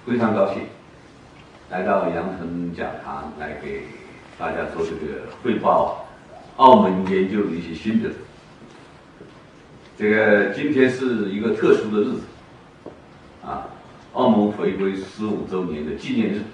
非常高兴来到羊城讲堂来给大家做这个汇报澳门研究的一些心得。这个今天是一个特殊的日子啊，澳门回归15周年的纪念日。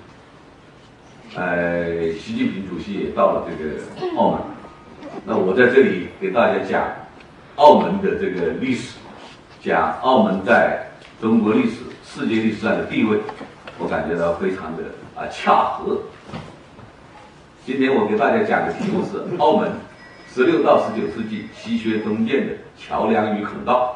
习近平主席也到了这个澳门，那我在这里给大家讲澳门的这个历史，讲澳门在中国历史、世界历史上的地位，我感觉到非常的恰合。今天我给大家讲的题目是澳门16到19世纪西学东渐的桥梁与孔道。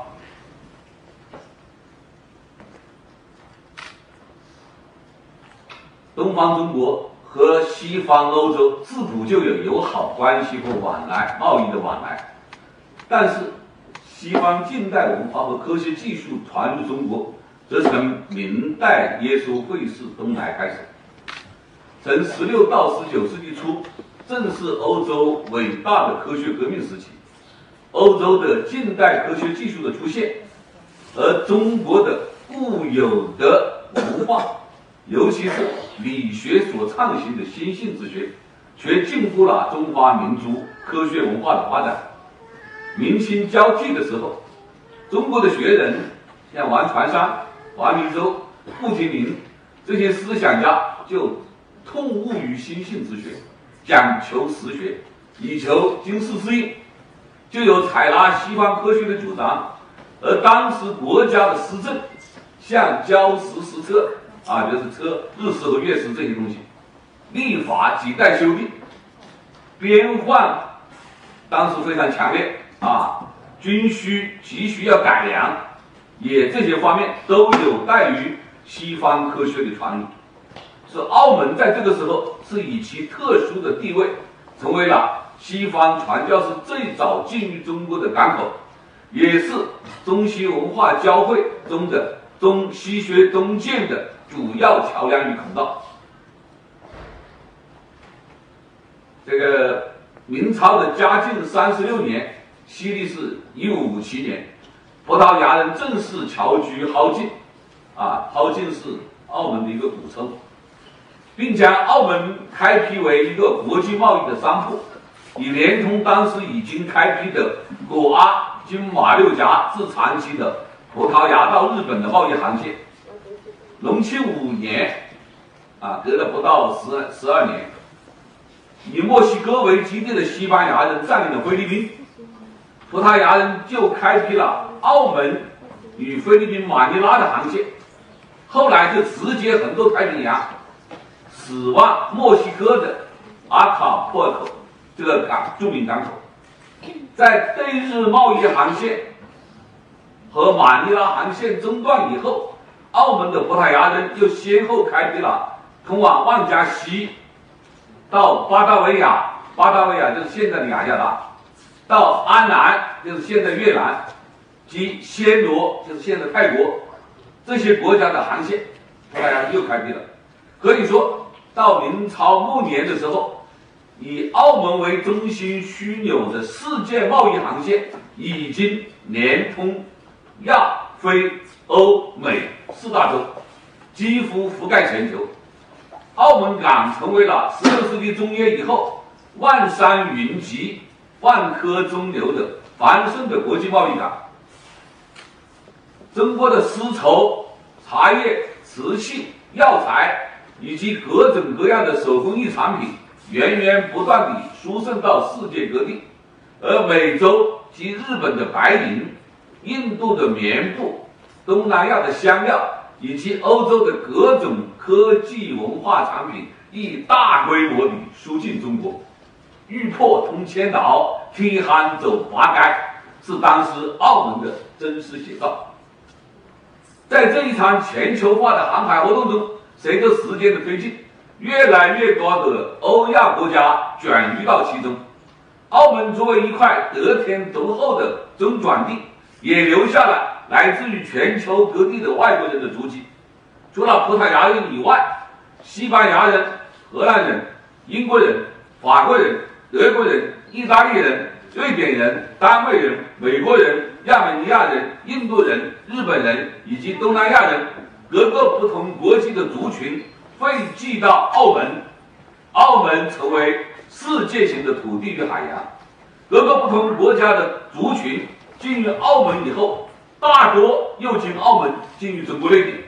东方中国和西方欧洲自古就有友好关系和往来，贸易的往来。但是西方近代文化和科学技术传入中国，则从明代耶稣会士东来开始。从16到19世纪初，正是欧洲伟大的科学革命时期，欧洲的近代科学技术的出现，而中国的固有的文化，尤其是理学所倡行的新性之学，却禁锢了中华民族科学文化的发展。明清交际的时候，中国的学人像王传山、王明洲、傅提林这些思想家就痛恶于新性之学，讲求实学，以求经世适应，就有采纳西方科学的主张。而当时国家的施政，像交时施策就是车、日食和月食这些东西，立法亟待修订，边患当时非常强烈军需急需要改良，也这些方面都有待于西方科学的传入。是澳门在这个时候是以其特殊的地位，成为了西方传教士最早进入中国的港口，也是中西文化交汇中的中西学东渐的主要桥梁与孔道。这个明朝的嘉靖36年，西历是1557年，葡萄牙人正式侨居蒿津，蒿津是澳门的一个古称，并将澳门开辟为一个国际贸易的商铺，以连通当时已经开辟的果阿、经马六甲至长崎的葡萄牙到日本的贸易航线。隆庆5年，隔了不到12年，以墨西哥为基地的西班牙人占领了菲律宾，葡萄牙人就开辟了澳门与菲律宾马尼拉的航线，后来就直接横渡太平洋，驶往墨西哥的阿卡普尔口这个著名港口。在对日贸易航线和马尼拉航线中断以后，澳门的葡萄牙人又先后开辟了通往望加西到巴达维亚，巴达维亚就是现在的雅加达，到安南就是现在越南，及暹罗就是现在泰国，这些国家的航线葡萄牙人又开辟了。可以说到明朝末年的时候，以澳门为中心枢纽的世界贸易航线已经连通亚非欧美4大洲，几乎覆盖全球。澳门港成为了16世纪中叶以后万山云集、万科中流的繁盛的国际贸易港。中国的丝绸、茶叶、瓷器、药材以及各种各样的手工艺产品源源不断地输送到世界各地，而美洲及日本的白银、印度的棉布、东南亚的香料以及欧洲的各种科技文化产品亦大规模地输进中国。欲破通千岛，踢憨走华街，是当时澳门的真实写照。在这一场全球化的航海活动中，随着时间的推进，越来越多的欧亚国家卷入到其中。澳门作为一块得天独厚的中转地，也留下了来自于全球各地的外国人的足迹。除了葡萄牙人以外，西班牙人、荷兰人、英国人、法国人、德国人、意大利人、瑞典人、丹麦人、美国人、亚美尼亚人、印度人、日本人以及东南亚人各个不同国籍的族群汇聚到澳门，澳门成为世界性的土地与海洋。各个不同国家的族群进入澳门以后，大多又经澳门进入中国内地。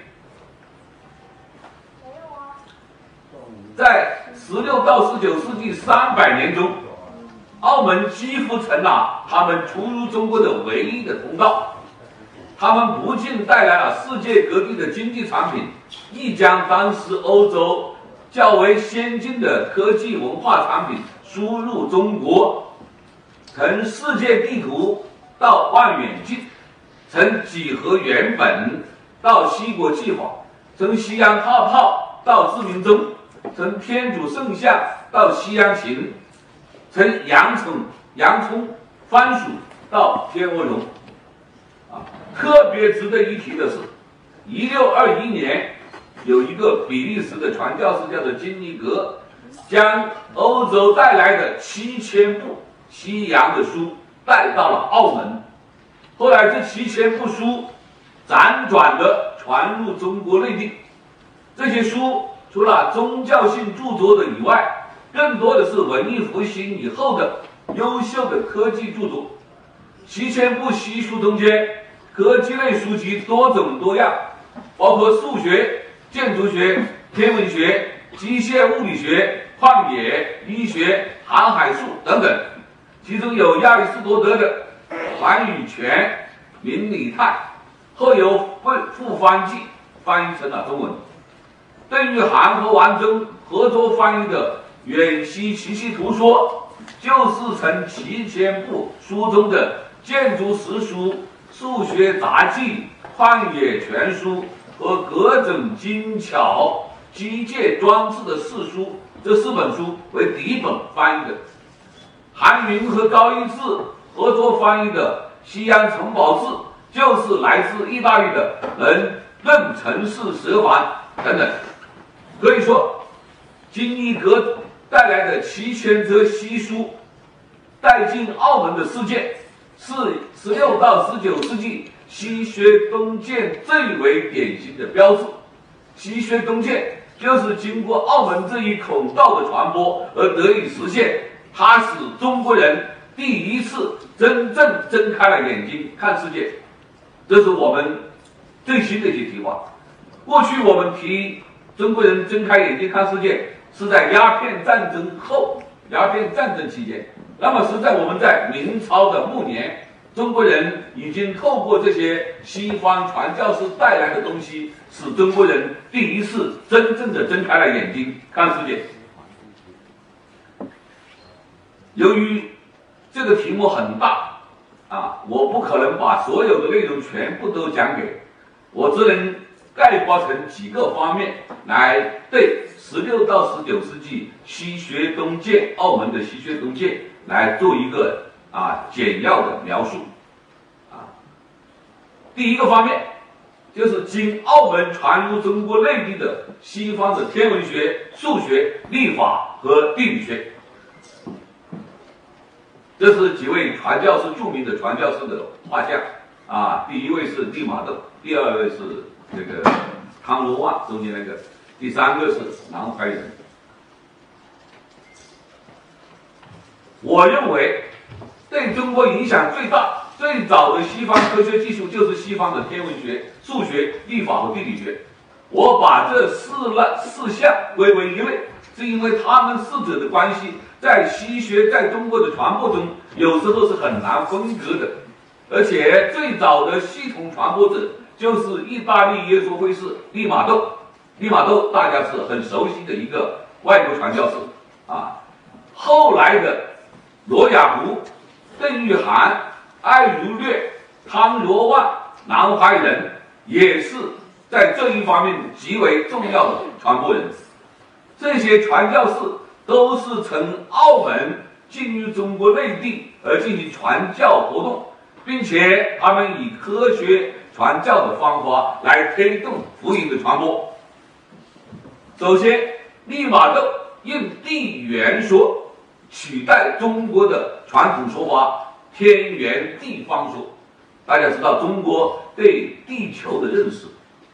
在16到19世纪300年中，澳门几乎成了他们出入中国的唯一的通道。他们不仅带来了世界各地的经济产品，亦将当时欧洲较为先进的科技文化产品输入中国，从世界地图到望远镜，从几何原本到西国计划，从西洋泡泡到志明钟，从天主圣像到西洋琴，从洋葱、番薯到天鹅绒。特别值得一提的是，1621年，有一个比利时的传教士叫做金尼格，将欧洲带来的7000部西洋的书带到了澳门。后来这7000部书辗转的传入中国内地。这些书除了宗教性著作的以外，更多的是文艺复兴以后的优秀的科技著作。7000部西书中间，科技类书籍多种多样，包括数学、建筑学、天文学、机械物理学、矿业、医学、航海术等等。其中有亚里士多德的《寰宇全》《明理态》，后由傅方济翻译成了中文。邓玉涵和王峥合作翻译的《远西奇迹图说》，就是从7000部书中的建筑实书、数学杂记、旷野全书和各种精巧机械装置的四书，这4本书为第一本翻译的。韩云和高一智合作翻译的《西洋城堡志》，就是来自意大利的人任城市蛇环等等。可以说，金尼格带来的7000则西书带进澳门的事件，是16到19世纪西学东渐最为典型的标志。西学东渐就是经过澳门这一孔道的传播而得以实现，它使中国人第一次真正睁开了眼睛看世界。这是我们最新的一些提法。过去我们提中国人睁开眼睛看世界是在鸦片战争后，鸦片战争期间。那么实在我们在明朝的末年，中国人已经透过这些西方传教士带来的东西，使中国人第一次真正的睁开了眼睛看世界。由于这个题目很大我不可能把所有的内容全部都讲给，我只能概括成几个方面来对16到19世纪西学东渐，澳门的西学东渐来做一个简要的描述。第一个方面就是经澳门传入中国内地的西方的天文学、数学、历法和地理学。这是几位传教士著名的传教士的画像第一位是利玛窦，第二位是这个汤罗万中间那个，第三个是南怀仁。我认为对中国影响最大、最早的西方科学技术就是西方的天文学、数学、历法和地理学。我把这四项归为一类，是因为他们四者的关系在西学在中国的传播中有时候是很难分割的。而且最早的系统传播者就是意大利耶稣会士利玛窦。利玛窦大家是很熟悉的一个外国传教士后来的罗雅湖、邓玉涵、艾如略、汤若望、南怀仁也是在这一方面极为重要的传播人。这些传教士都是从澳门进入中国内地而进行传教活动，并且他们以科学传教的方法来推动福音的传播。首先，利玛窦用地缘说取代中国的传统说法天圆地方说。大家知道中国对地球的认识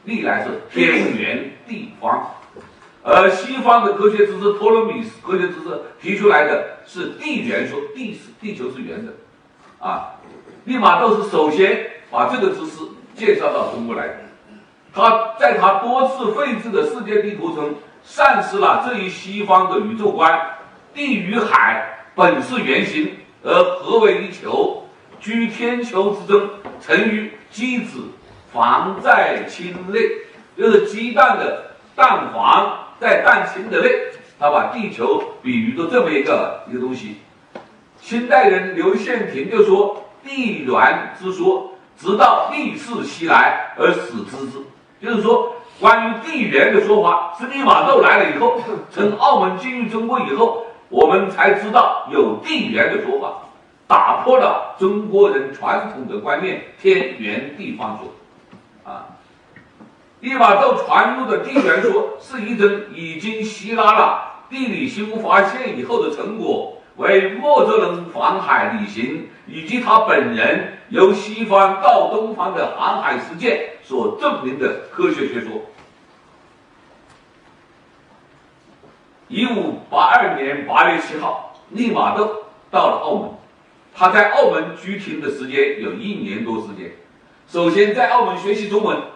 历来是天圆地方。而西方的科学知识，托勒密科学知识提出来的是地圆说，地球是圆的，利玛窦是首先把这个知识介绍到中国来的。他在他多次绘制的世界地图中，阐释了这一西方的宇宙观：地与海本是圆形，而合为一球，居天球之中，成于鸡子房在亲内，就是鸡蛋的蛋黄在蛋清的内。他把地球比喻作这么一个东西。清代人刘宪廷就说：“地圆之说，直到历世袭来而使知之。”就是说，关于地圆的说法是利玛窦来了以后，从澳门进入中国以后，我们才知道有地圆的说法，打破了中国人传统的观念天圆地方说。利玛窦传入的地圆说是一种已经吸纳了地理新发现以后的成果，为墨泽伦航海旅行以及他本人由西方到东方的航海实践所证明的科学学说。1582年8月7号，利玛窦到了澳门。他在澳门居停的时间有1年多时间。首先在澳门学习中文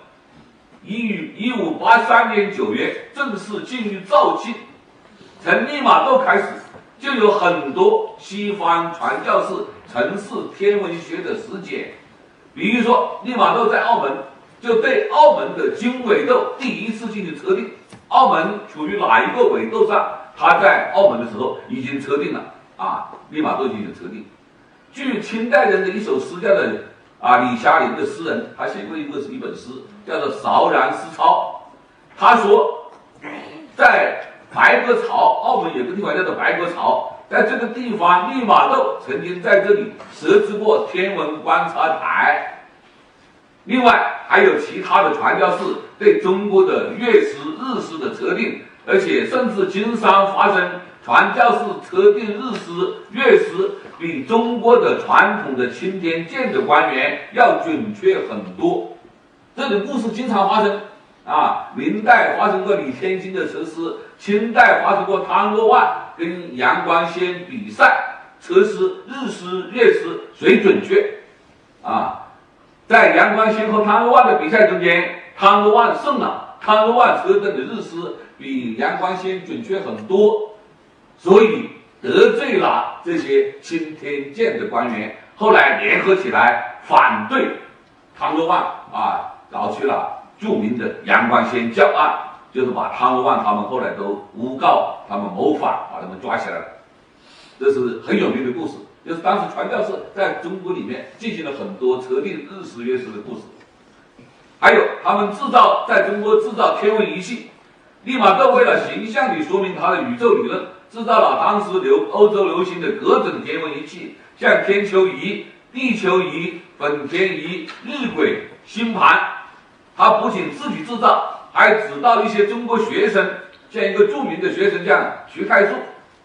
，1583年9月正式进入肇庆。从利玛窦开始，就有很多西方传教士从事天文学的实践。比如说，利玛窦在澳门就对澳门的经纬度第一次进行测定，澳门处于哪一个纬度上，他在澳门的时候已经测定了利玛窦进行测定。据清代人的一首诗叫做李霞林的诗人，他写过一本诗叫做《韶然诗操》。他说，在白鸽巢，澳门有个地方叫做白鸽巢，在这个地方，利玛窦曾经在这里设置过天文观察台。另外还有其他的传教士对中国的月食、日食的测定，而且甚至经常发生传教士测定日食、月食比中国的传统的钦天监的官员要准确很多。这种故事经常发生明代发生过李天金的测试，清代发生过汤若万跟杨光先比赛测试日食、月食谁准确在杨光先和汤若万的比赛中间，汤若万胜了，汤若万测定的日食比杨光先准确很多，所以得罪了这些钦天监的官员，后来联合起来反对汤若万搞去了著名的杨光先教案，就是把汤若万他们后来都诬告他们谋反，把他们抓起来了。这是很有名的故事，就是当时传教士在中国里面进行了很多测定日食月食的故事。还有他们在中国制造天文仪器，利玛窦为了形象地说明他的宇宙理论，制造了当时欧洲流行的各种天文仪器，像天球仪、地球仪、本田仪、日晷、星盘。他不仅自己制造，还指导一些中国学生，像一个著名的学生叫徐太素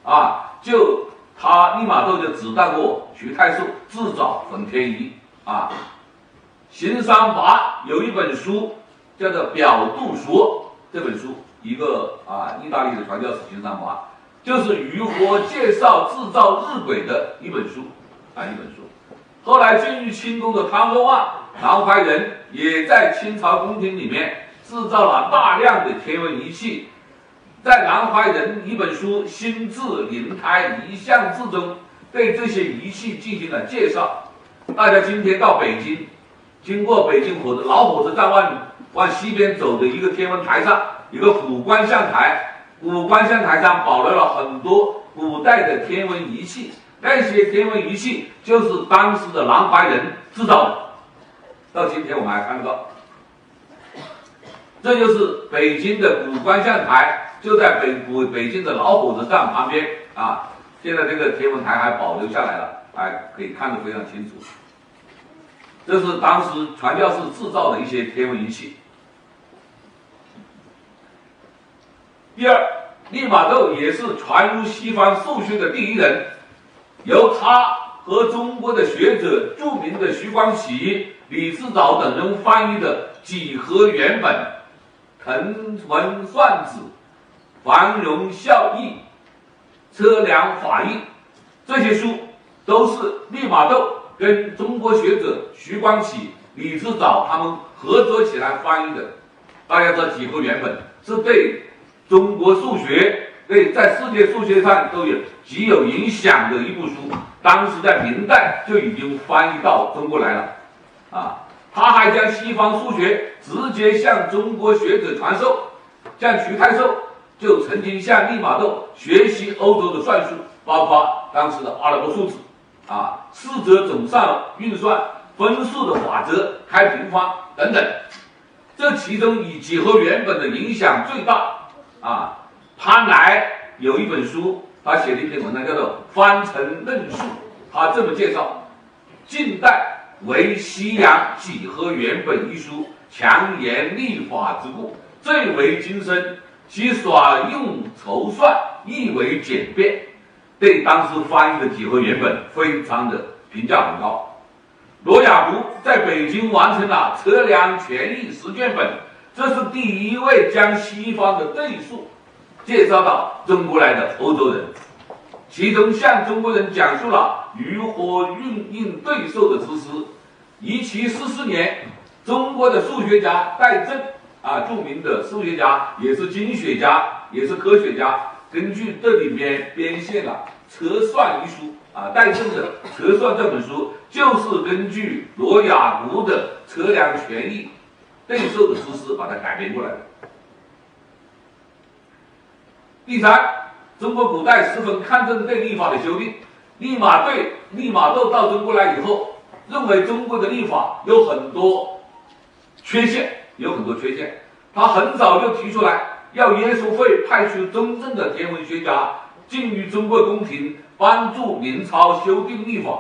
利玛窦就指导过徐太素制造本田仪邢三八有一本书叫做《表度说》，这本书一个意大利的传教士邢三八，就是如何介绍制造日晷的一本书。后来进入清宫的汤若万、南怀仁也在清朝宫廷里面制造了大量的天文仪器。在南怀仁一本书《心智灵胎一项志》中，对这些仪器进行了介绍。大家今天到北京，经过北京老火车站往西边走的一个天文台上，有个古观象台，古观象台上保留了很多古代的天文仪器，那些天文仪器就是当时的南怀仁制造的，到今天我们还看得到。这就是北京的古观象台，就在北京的老火车站旁边现在这个天文台还保留下来了，还可以看得非常清楚。这是当时传教士制造的一些天文仪器。第二，利玛窦也是传入西方数学的第一人，由他和中国的学者著名的徐光启、李自藻等人翻译的《几何原本》 滕文算子、繁荣效益、测量法义，这些书都是利玛窦跟中国学者徐光启、李之藻他们合作起来翻译的。大家知道几何原本是对中国数学，对在世界数学上都有极有影响的一部书，当时在明代就已经翻译到中国来了。他还将西方数学直接向中国学者传授，像徐太寿就曾经向利玛窦学习欧洲的算术，包括当时的阿拉伯数字四则总算运算、分数的法则、开平方等等。这其中以几何原本的影响最大潘来有一本书，他写了一篇文章叫做《方程论述》，他这么介绍：近代为西洋几何原本一书，强言立法之故，最为精深，其所用筹算亦为简便。对当时翻译的几何原本非常的评价很高。罗雅图在北京完成了测量权益10卷本，这是第一位将西方的对数介绍到中国来的欧洲人，其中向中国人讲述了如何运用对数的知识。1744年，中国的数学家戴震著名的数学家，也是经学家，也是科学家，根据这里面编写了《测算》一书戴震的《测算》这本书就是根据罗雅图的测量权益对数的知识把它改编过来的。第三，中国古代十分看重对历法的修订。利玛窦到中国来以后，认为中国的历法有很多缺陷，他很早就提出来要耶稣会派出真正的天文学家进入中国宫廷，帮助明朝修订历法。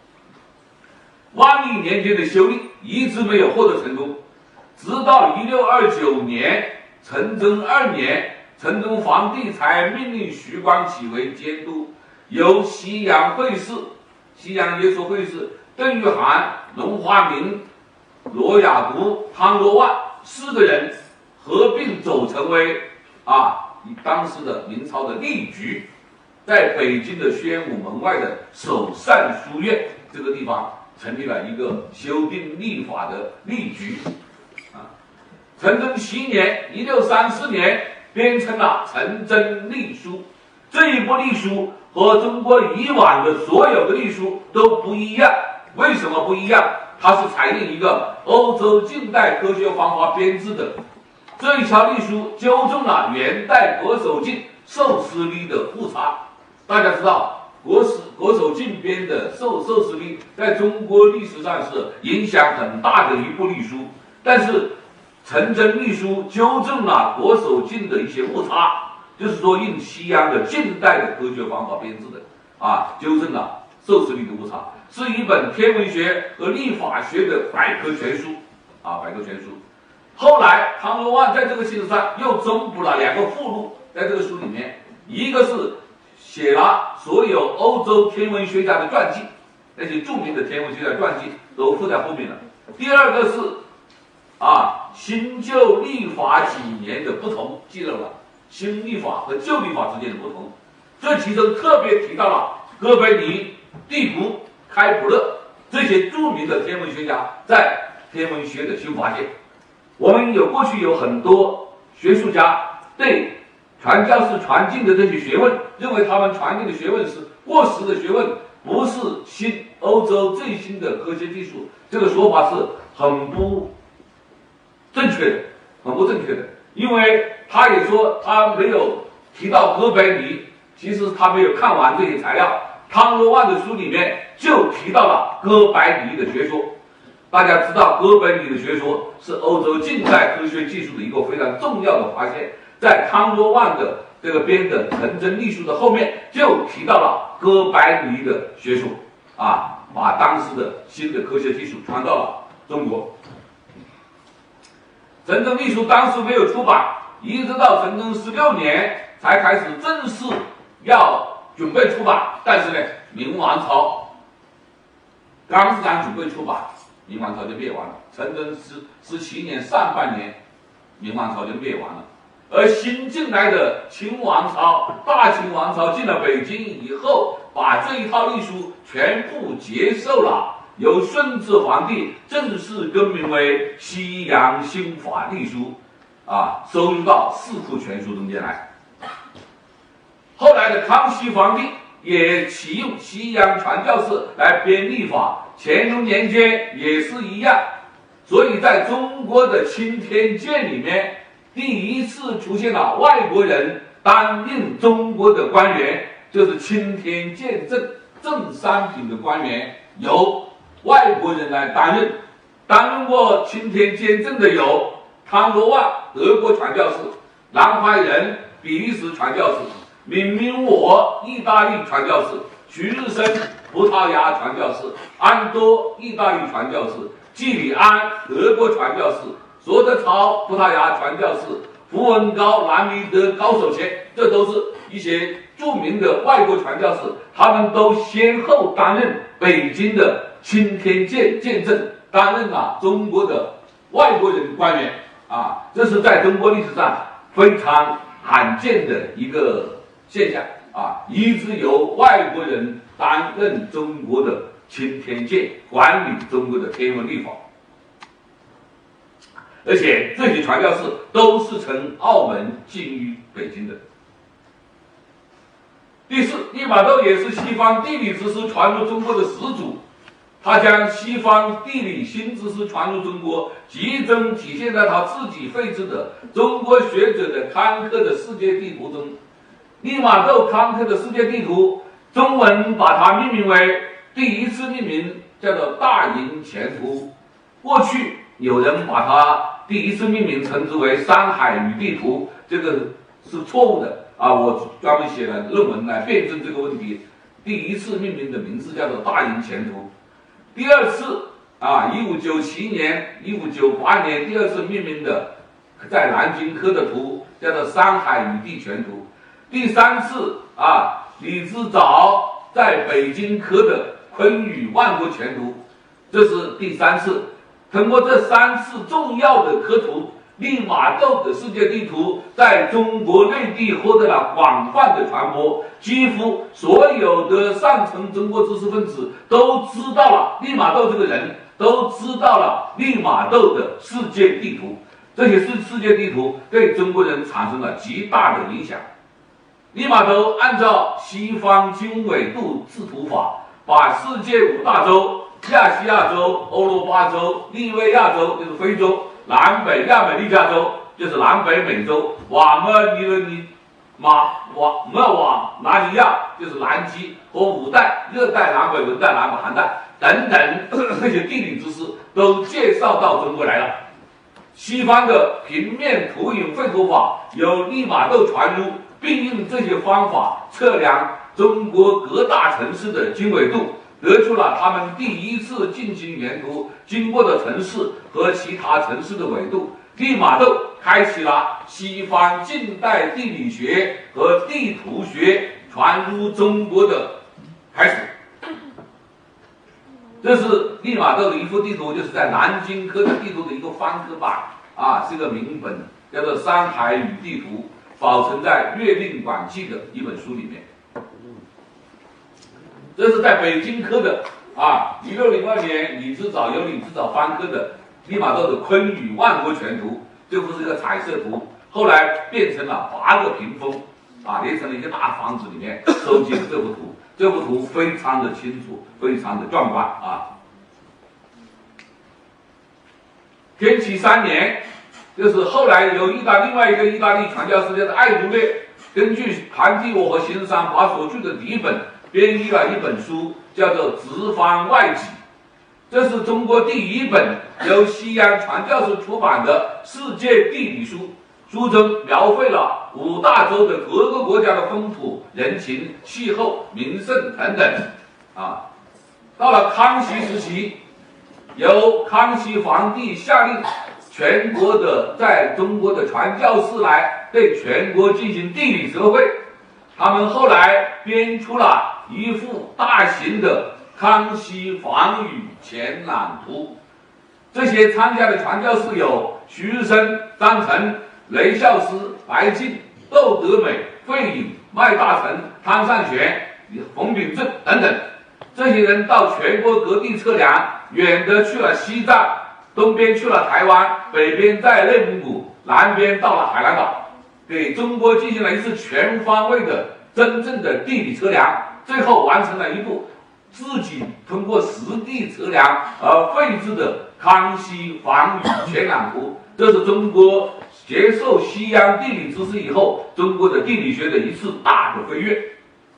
万历年间的修订一直没有获得成功，直到1629年成宗2年，成宗皇帝才命令徐光启为监督，由西洋会士、西洋耶稣会士邓玉涵、龙华明、罗雅图、汤若万4个人合并组成为当时的明朝的历局，在北京的宣武门外的首善书院这个地方成立了一个修订历法的历局。成宗7年1634年编成了《成真历书》，这一部历书和中国以往的所有的历书都不一样。为什么不一样？它是采用一个欧洲近代科学方法编制的。这一条历书纠正了元代国守敬授时历的误差。大家知道，国守敬编的授时历在中国历史上是影响很大的一部历书，但是成真历书纠正了国守敬的一些误差，就是说用西洋的近代的科学方法编制的纠正了授时历的误差，是一本天文学和历法学的百科全书后来汤若万在这个基础上又增补了2个附录，在这个书里面，一个是写了所有欧洲天文学家的传记，那些著名的天文学家传记都附在后面了。第二个是新旧历法几年的不同，记录了新历法和旧历法之间的不同。这其中特别提到了哥白尼、蒂普、开普勒这些著名的天文学家在天文学的新发现。我们过去有很多学术家对传教士传进的这些学问，认为他们传进的学问是过时的学问，不是欧洲最新的科学技术。这个说法是很不正确的，因为他也说他没有提到哥白尼，其实他没有看完这些材料。汤若万的书里面就提到了哥白尼的学说。大家知道哥白尼的学说是欧洲近代科学技术的一个非常重要的发现，在汤若万的这个编的《成真历书》的后面就提到了哥白尼的学说把当时的新的科学技术传到了中国。《成真历书》当时没有出版，一直到成宗16年才开始正式要准备出版，但是呢，明王朝刚准备出版，明王朝就灭亡了。成宗17年上半年明王朝就灭亡了。而新进来的清王朝、大清王朝进了北京以后，把这一套历书全部接受了，由顺治皇帝正式更名为《西洋新法历书》，收入到《四库全书》中间来。后来的康熙皇帝也启用西洋传教士来编历法，乾隆年间也是一样。所以在中国的钦天监里面，第一次出现了外国人担任中国的官员，就是钦天监正三品的官员由外国人来担任。担任过钦天监正的有汤若望德国传教士、南怀仁比利时传教士、闵明我意大利传教士、徐日升葡萄牙传教士、安多意大利传教士、季里安德国传教士、索德超葡萄牙传教士、符文高南弥德高手签，这都是一些著名的外国传教士，他们都先后担任北京的钦天监监正，担任了中国的外国人官员这是在中国历史上非常罕见的一个现象一直由外国人担任中国的钦天监，管理中国的天文历法。而且这些传教士都是从澳门进于北京的。第四，利玛窦也是西方地理知识传入中国的始祖，他将西方地理新知识传入中国，集中体现在他自己绘制的中国学者的坎坷的世界地图中。利玛窦坎坷的世界地图，中文把它命名为第一次命名叫做大营前图，过去有人把它第一次命名称之为山海与地图，这个是错误的我专门写了论文来辩证这个问题。第一次命名的名字叫做大营前图，第二次1597年、1598年第二次命名的在南京刻的图叫做山海与地全图，第三次李之藻在北京刻的昆宇万国全图，这是第三次。通过这三次重要的刻图，利玛窦的世界地图在中国内地获得了广泛的传播，几乎所有的上层中国知识分子都知道了利玛窦这个人，都知道了利玛窦的世界地图。这些世界地图对中国人产生了极大的影响。利玛窦按照西方经纬度制图法，把世界五大洲亚细亚洲、欧罗巴洲、利维亚洲就是非洲、南北亚美利加州就是南北美洲、瓦纳尼亚就是南极和五带热带、南北温带、南北寒带等等这些地理知识都介绍到中国来了。西方的平面图影绘图法由利玛窦传入，并用这些方法测量中国各大城市的经纬度，得出了他们第一次进行原图经过的城市和其他城市的纬度。利玛窦开启了西方近代地理学和地图学传入中国的开始。这是利玛窦的一幅地图，就是在南京刻的地图的一个翻刻版是个明本，叫做《山海与地图》，保存在月令馆记的一本书里面。这是在北京刻的1602年李之藻翻刻的利玛窦的昆宇万国全图，这幅是一个彩色图，后来变成了8个屏风连成了一个大房子里面收集了这幅图。这幅图非常的清楚，非常的壮观天启3年，就是后来由另外一个意大利传教士叫做艾卢略，根据盘地我和邢山把所著的底本编译了一本书，叫做《直方外记》，这是中国第一本由西洋传教士出版的世界地理书，书中描绘了五大洲的各个国家的风土人情、气候、名胜等等到了康熙时期，由康熙皇帝下令全国的在中国的传教士来对全国进行地理测绘，他们后来编出了一幅大型的康熙防御前览图。 这些参加的传教士有徐日升、张成、雷孝思、白晋、窦德美、费颖、麦大成、汤善玄、冯秉正等等。这些人到全国各地测量，远的去了西藏，东边去了台湾，北边在内蒙古，南边到了海南岛，给中国进行了一次全方位的真正的地理测量，最后完成了一部自己通过实地测量而绘制的康熙防雨全览图。这是中国接受西洋地理知识以后，中国的地理学的一次大的飞跃。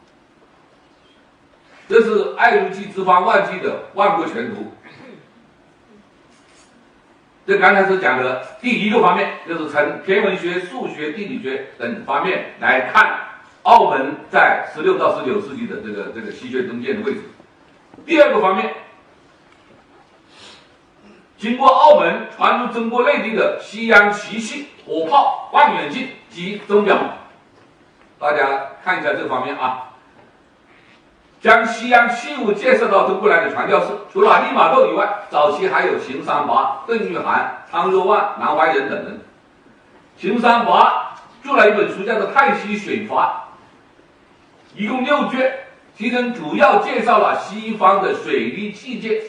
这是爱如记之方万计的万国全图。这刚才是讲的第一个方面，就是从天文学、数学、地理学等方面来看澳门在16到19世纪的这个西学中间的位置。第二个方面，经过澳门传入中国内地的西洋奇器、火炮、望远镜及钟表，大家看一下这方面啊。将西洋器物介绍到中国来的传教士，除了利玛窦以外，早期还有邢三八、邓玉菡、汤若望、南怀仁等人。邢三八著了一本书叫做《泰西选法》，一共6卷，其中主要介绍了西方的水利器械。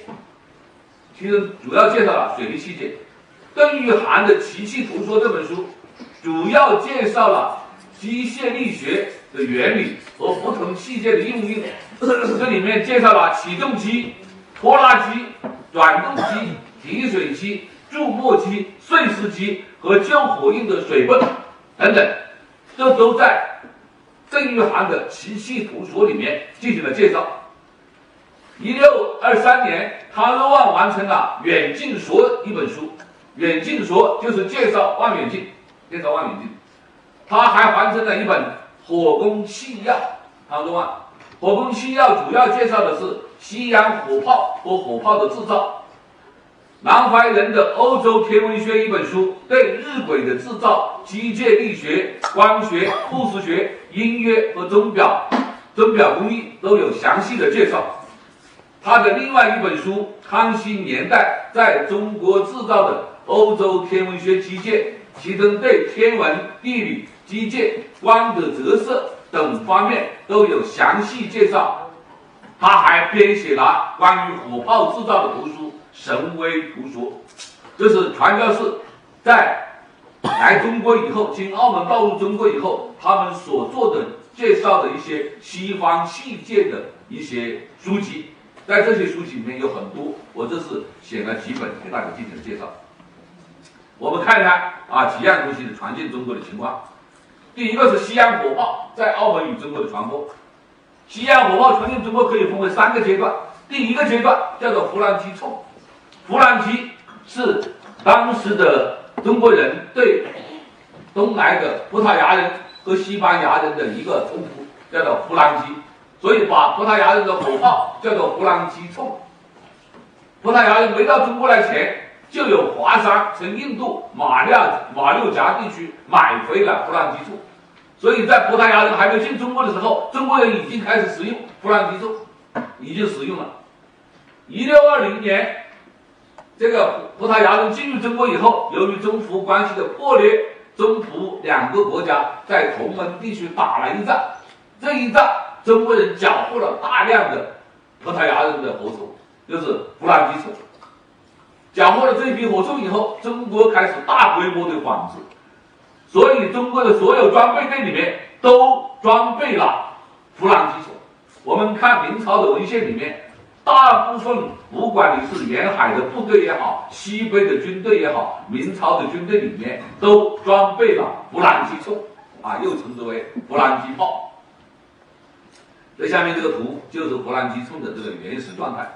邓玉菡的《奇器图说》这本书主要介绍了机械力学的原理和不同器械的应用。这里面介绍了起重机、拖拉机、转动机、提水机、注墨机、碎石机和救火用的水泵等等，这都在邓玉菡的《奇器图说》里面进行了介绍。1623年，汤若望完成了《远近说》一本书，《远近说》就是介绍望远镜。他还完成了一本《火攻器要》，汤若望。火攻器要主要介绍的是西洋火炮和火炮的制造。南怀仁的《欧洲天文学》一本书对日晷的制造、机械力学、光学、护士学、音乐和钟表工艺都有详细的介绍。他的另外一本书《康熙年代在中国制造的欧洲天文学机械》，其中对天文、地理、机械、光的折射等方面都有详细介绍。他还编写了关于火炮制造的图书《神威图说》。这是传教士在来中国以后，经澳门道入中国以后，他们所做的介绍的一些西方器械的一些书籍。在这些书籍里面有很多，我这是写了几本给大家进行介绍。我们看一看几样东西的传进中国的情况。第一个是西洋火炮在澳门与中国的传播。西洋火炮传进中国可以分为3个阶段。第一个阶段叫做弗兰基冲，弗兰基是当时的中国人对东来的葡萄牙人和西班牙人的一个冲突，叫做弗兰基，所以把葡萄牙人的火炮叫做弗兰基冲。葡萄牙人没到中国来前，就有华商从印度马六甲地区买回了弗兰基冲，所以在葡萄牙人还没进中国的时候，中国人已经开始使用弗兰基冲，已经使用了。1620年，这个葡萄牙人进入中国以后，由于中葡关系的破裂，中葡2个国家在同盟地区打了一仗。这一仗，中国人缴获了大量的葡萄牙人的火铳，就是弗兰基冲。缴获了这批火铳以后，中国开始大规模的仿制，所以中国的所有装备队里面都装备了弗兰基冲。我们看明朝的文献里面，大部分不管你是沿海的部队也好，西北的军队也好，明朝的军队里面都装备了弗兰基冲，又称之为弗兰基炮。这下面这个图就是弗兰基冲的这个原始状态，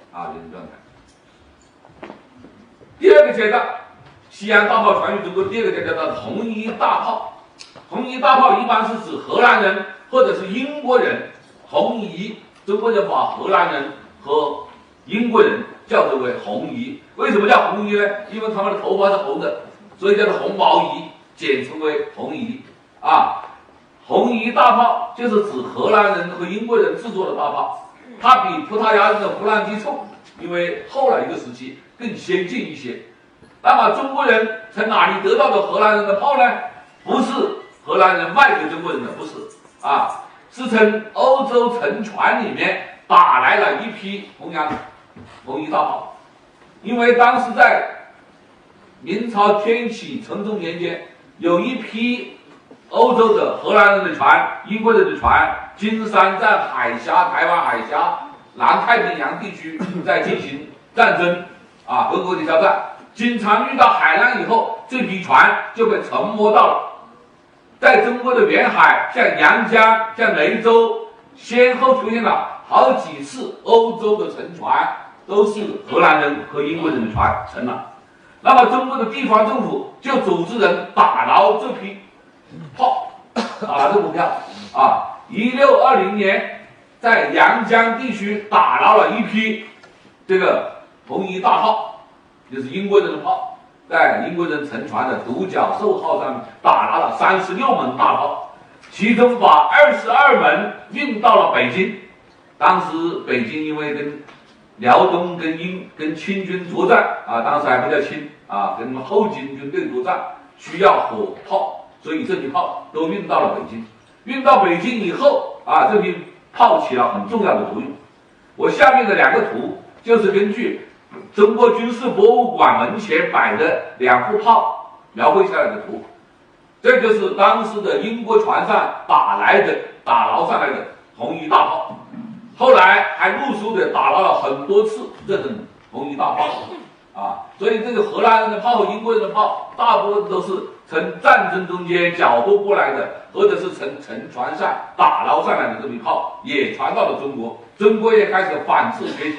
第二个阶段，西洋大炮传入中国，第二个阶段叫红衣大炮。红衣大炮一般是指荷兰人或者是英国人。红衣，中国人把荷兰人和英国人叫做为红衣。为什么叫红衣呢？因为他们的头发是红的，所以叫做红毛衣，简称为红衣。红衣大炮就是指荷兰人和英国人制作的大炮，它比葡萄牙人的弗兰基冲因为后来一个时期更先进一些。那么中国人从哪里得到的荷兰人的炮呢？不是荷兰人卖给中国人的，不是啊，是从欧洲沉船里面打来了一批红衣大炮。因为当时在明朝天启成中年间，有一批欧洲的荷兰人的船、英国人的船，经商在海峡、台湾海峡、南太平洋地区在进行战争啊，和国际交战。经常遇到海浪以后，这批船就被沉没到了。在中国的沿海，像阳江、像雷州，先后出现了好几次欧洲的沉船，都是荷兰人和英国人的船沉了。那么中国的地方政府就组织人打捞这批炮，打捞这股票啊。1620年，在阳江地区打捞了一批这个红衣大炮，就是英国人的炮，在英国人沉船的独角兽号上面打捞了36门大炮，其中把22门运到了北京。当时北京因为跟辽东跟清军作战啊，当时还不叫清啊，跟后金军队作战，需要火炮，所以这批炮都运到了北京。运到北京以后啊，这批炮起了很重要的作用。我下面的2个图就是根据中国军事博物馆门前摆的2副炮描绘下来的图，这就是当时的英国船上打捞上来的红衣大炮。后来还陆续的打捞了很多次这种红衣大炮啊，所以这个荷兰人的炮和英国人的炮，大部分都是从战争中间缴获过来的，或者是从沉船上打捞上来的这批炮，也传到了中国，中国也开始反制学习。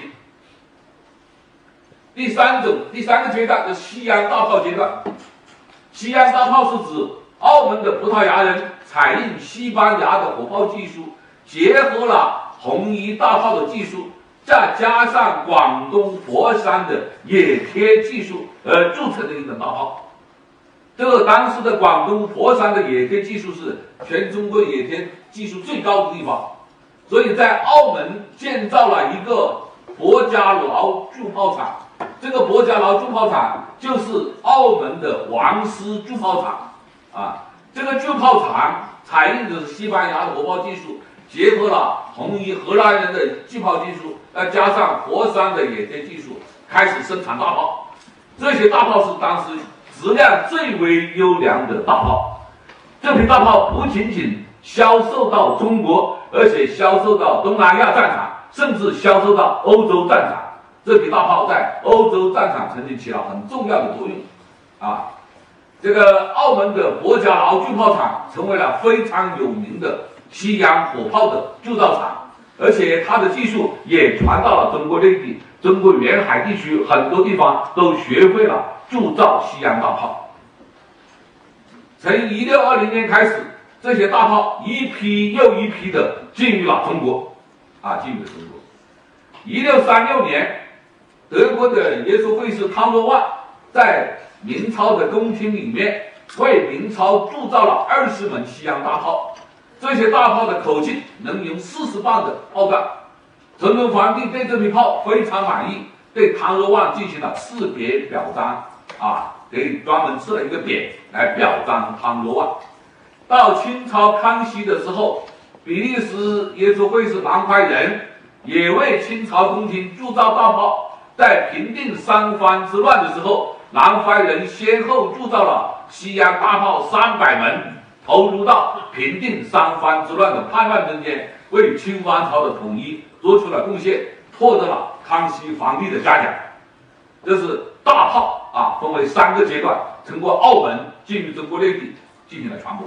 第三个阶段就是西洋大炮阶段。西洋大炮是指澳门的葡萄牙人采用西班牙的火炮技术，结合了红衣大炮的技术，再加上广东佛山的野贴技术而铸成的一种大炮。这个当时的广东佛山的野贴技术是全中国野贴技术最高的地方，所以在澳门建造了一个博家劳铸炮厂。这个博家劳铸炮厂就是澳门的王师铸炮厂啊。这个铸炮厂采用的是西班牙的火炮技术，结合了红衣荷兰人的巨炮技术，再加上佛山的野贴技术，开始生产大炮。这些大炮是当时质量最为优良的大炮。这批大炮不仅仅销售到中国，而且销售到东南亚战场，甚至销售到欧洲战场。这批大炮在欧洲战场曾经起了很重要的作用啊。这个澳门的博家劳铸炮厂成为了非常有名的西洋火炮的铸造厂，而且它的技术也传到了中国内地，中国沿海地区很多地方都学会了铸造西洋大炮。从1620年开始，这些大炮一批又一批的进入了中国进入了中国。1636年，德国的耶稣会士汤若望在明朝的宫廷里面为明朝铸造了20门西洋大炮，这些大炮的口径能用40磅的炮弹。成宗皇帝对这批炮非常满意，对汤若望进行了赐别表彰给专门赐了一个匾来表彰汤若望。到清朝康熙的时候，比利时耶稣会士南怀仁也为清朝宫廷铸造大炮。在平定三藩之乱的时候，南怀仁先后铸造了西洋大炮300门，投入到平定三藩之乱的叛乱中间，为清王朝的统一做出了贡献，获得了康熙皇帝的嘉奖。这是大炮分为3个阶段，通过澳门进入中国内地进行了传播。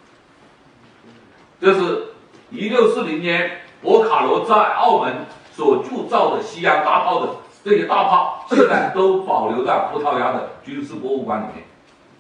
这是1640年博卡罗在澳门所铸造的西洋大炮的这些大炮，现在都保留在葡萄牙的军事博物馆里面。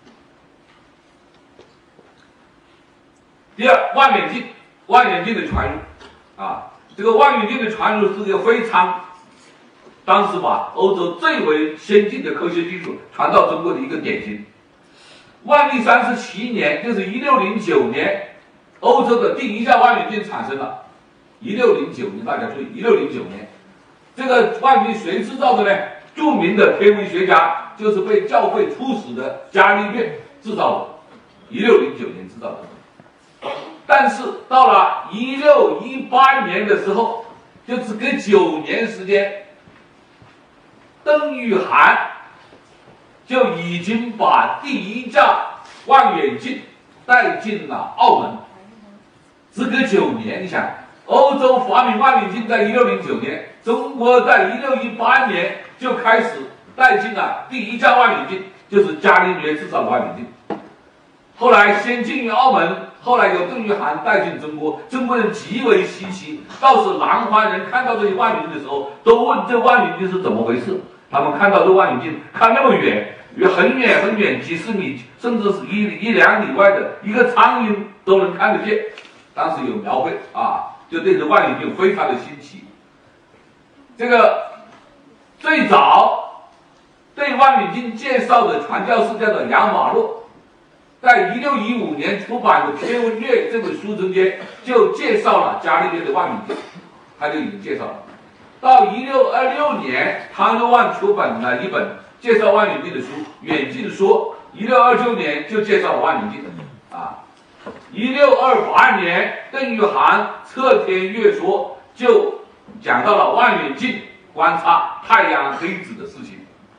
第二，望远镜的传入这个望远镜的传入是一个非常当时把欧洲最为先进的科学技术传到中国的一个典型。万历37年，就是1609年，欧洲的第一架望远镜产生了。1609年，大家注意，1609年， 这个望远镜谁制造的呢？著名的天文学家，就是被教会处死的伽利略制造的，1609年制造的。但是到了1618年的时候，就只隔9年时间，邓玉涵就已经把第一架望远镜带进了澳门。只隔9年，你想，欧洲发明望远镜在1609年，中国在1618年就开始带进了第一架望远镜，就是伽利略制造的望远镜。后来先进于澳门，后来由邓玉涵带进中国，中国人极为稀奇。倒是南方人看到这些望远镜的时候，都问这望远镜是怎么回事。他们看到这望远镜看那么远，很远很远，几十米，甚至是一两里外的一个苍蝇都能看得见。当时有描绘啊，就对这望远镜非常的新奇。这个最早对望远镜介绍的传教士叫做杨马洛，在1615年出版的《天文略》这本书中间就介绍了伽利略的望远镜，他就已经介绍了。到1626年，汤若望出版了一本介绍望远镜的书《远近说》，1629年就介绍了望远镜啊。1628年，邓玉涵测天月说就讲到了望远镜观察太阳黑子的事情。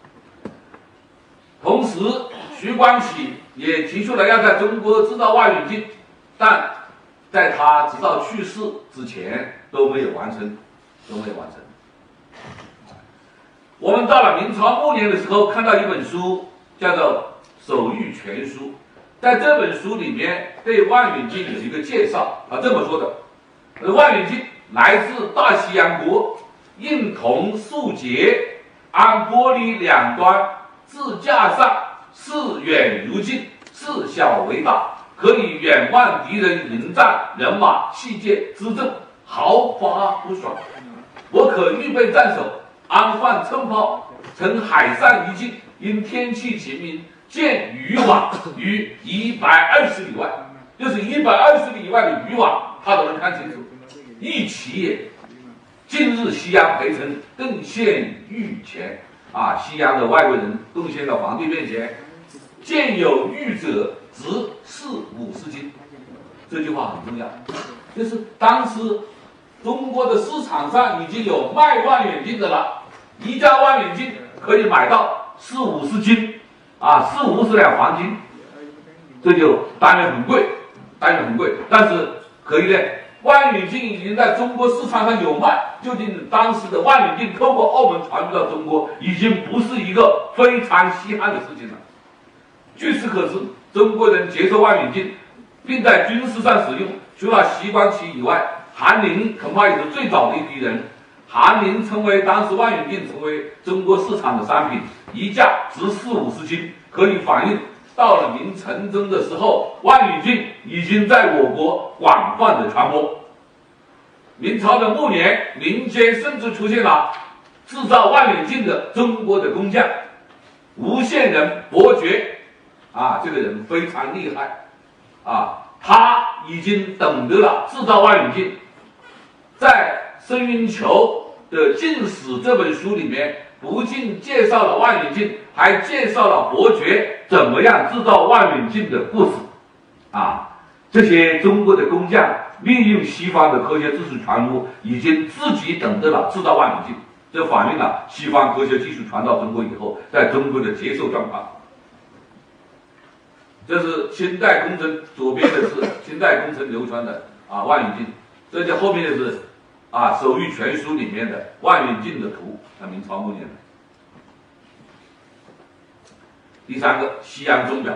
同时，徐光启也提出了要在中国制造望远镜，但在他直到去世之前都没有完成。我们到了明朝末年的时候，看到一本书叫做《手谕全书》，在这本书里面对望远镜有一个介绍，这么说的：望远镜来自大西洋国，硬铜数节，按玻璃两端，自架上，视远如近，视小为大，可以远望敌人营战、人马、器械之政，毫发不爽。我可预备战手，安放乘炮，乘海上一进，因天气晴明，见渔网于120里外，就是120里以外的渔网，他都能看清楚。一奇也。近日西洋陪臣更献御前啊，西洋的外国人贡献到皇帝面前，见有御者，值40-50斤。这句话很重要，就是当时中国的市场上已经有卖望远镜的了，一架望远镜可以买到40-50斤啊，40-50两黄金，这就当然很贵，但是可以呢。望远镜已经在中国市场上有卖，究竟当时的望远镜透过澳门传入到中国，已经不是一个非常稀罕的事情了。据此可知，中国人接受望远镜，并在军事上使用，除了徐光启以外，韩林恐怕也是最早的一批人。韩林成为当时望远镜成为中国市场的商品，一架值40-50斤，可以反映到了明成宗的时候，望远镜已经在我国广泛的传播。明朝的末年，民间甚至出现了制造望远镜的中国的工匠，吴县人伯爵啊，这个人非常厉害啊，他已经懂得了制造望远镜。在申云球的《近史》这本书里面，不仅介绍了望远镜，还介绍了伯爵怎么样制造望远镜的故事啊。这些中国的工匠利用西方的科学知识传播，已经自己懂得了制造望远镜，这反映了西方科学技术传到中国以后，在中国的接受状况。这是清代工程，左边的是清代工程流传的望远镜，这就后面的是《手谕全书》里面的望远镜的图，明朝末年的。第三个，西洋钟表。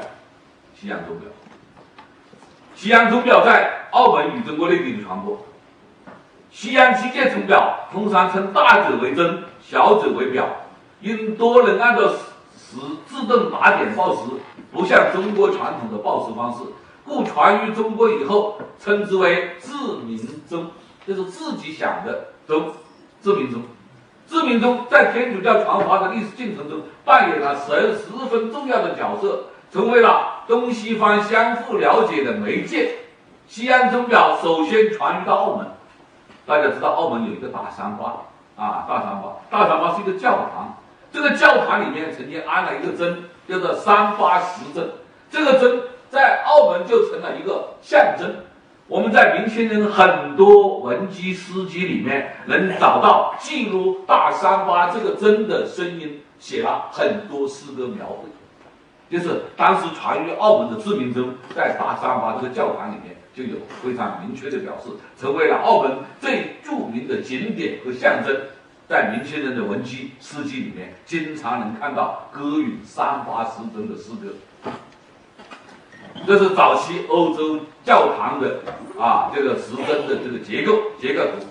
西洋钟表在澳门与中国内地的传播。西洋机械钟表通常称大者为针，小者为表，因多能按照时自动打点报时，不像中国传统的报时方式，故传于中国以后，称之为自鸣钟，就是自己响的钟，自鸣钟。自鸣钟在天主教传华的历史进程中扮演了十分重要的角色，成为了东西方相互了解的媒介。西洋钟表首先传入到澳门，大家知道澳门有一个大三巴啊，大三巴，大三巴是一个教堂，这个教堂里面曾经安了一个针，叫做380针，这个针在澳门就成了一个象征。我们在明清人很多文集诗集里面能找到记录大三巴这个针的声音，写了很多诗歌描绘。就是当时传于澳门的知名针，在大三巴这个教堂里面就有非常明确的表示，成为了澳门最著名的景点和象征。在明清人的文集诗集里面，经常能看到歌咏380针的诗歌。这是早期欧洲教堂的这个时针的这个结构图。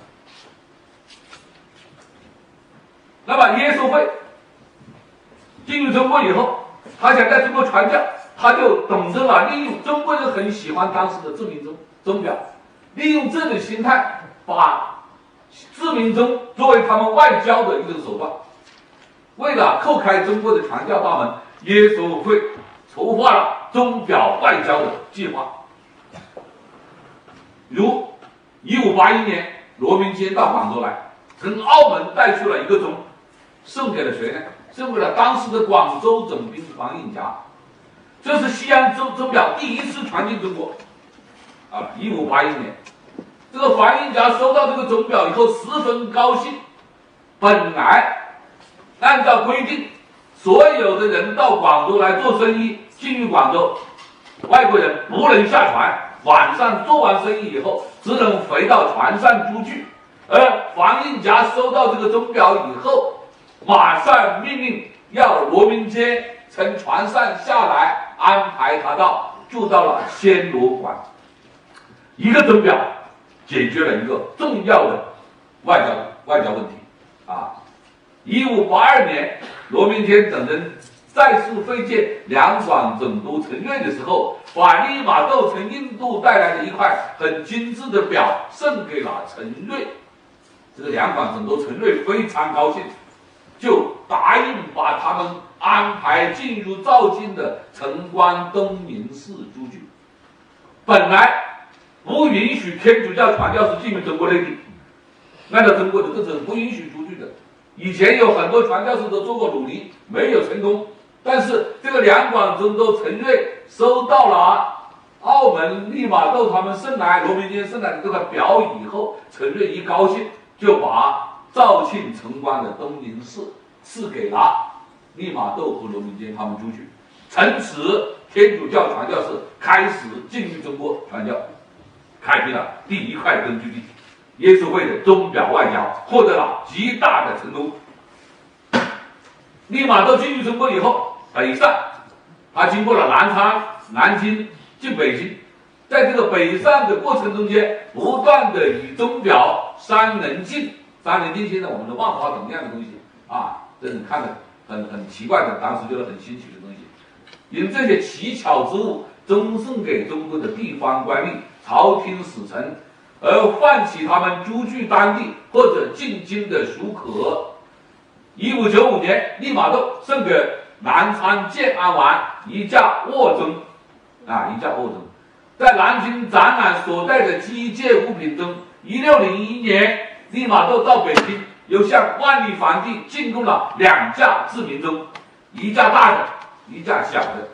那么耶稣会进入中国以后，他想在中国传教，他就懂得了利用中国人很喜欢当时的知名钟表，利用这种心态把知名钟作为他们外交的一种手段。为了叩开中国的传教大门，耶稣会筹划了钟表外交的计划。如1581年，罗明坚到广州来，从澳门带去了一个钟，送给了谁呢？送给了当时的广州总兵黄应甲。这是西安钟表第一次传进中国1581年。这个黄应甲收到这个钟表以后十分高兴。本来按照规定，所有的人到广州来做生意，进入广州，外国人不能下船，晚上做完生意以后只能回到船上住居。而黄应甲收到这个钟表以后，马上命令要罗明坚从船上下来，安排他住到了暹罗馆。一个钟表解决了一个重要的外交问题1582年，罗明坚等人再次会见两广总督陈瑞的时候，把利玛窦从印度带来的一块很精致的表送给了陈瑞。这个两广总督陈瑞非常高兴，就答应把他们安排进入肇庆的城关东明寺住居。本来不允许天主教传教士进入中国内地，按照中国的政策不允许出去的。以前有很多传教士都做过努力，没有成功。但是这个两广总督陈瑞收到了澳门利玛窦他们送来罗明坚送来的这个表以后，陈瑞一高兴，就把肇庆城关的东宁寺赐给了利玛窦和罗明坚他们住居。从此天主教传教士开始进入中国传教，开辟了第一块根据地。耶稣会的钟表外交获得了极大的成功。利玛窦进入中国以后，北上，他经过了南昌、南京，进北京。在这个北上的过程中间，不断的以钟表三棱镜现在我们都忘了怎么样的东西这是看着很奇怪的，当时就是很新奇的东西。因这些奇巧之物赠送给中国的地方官吏、朝廷使臣，而唤起他们租居当地或者进京的许可。1595年，利玛窦送给南昌建安王一架握钟在南京展览所带的机械物品中，1601年，利玛窦到北京，又向万历皇帝进贡了2架知名钟，一架大的，一架小的。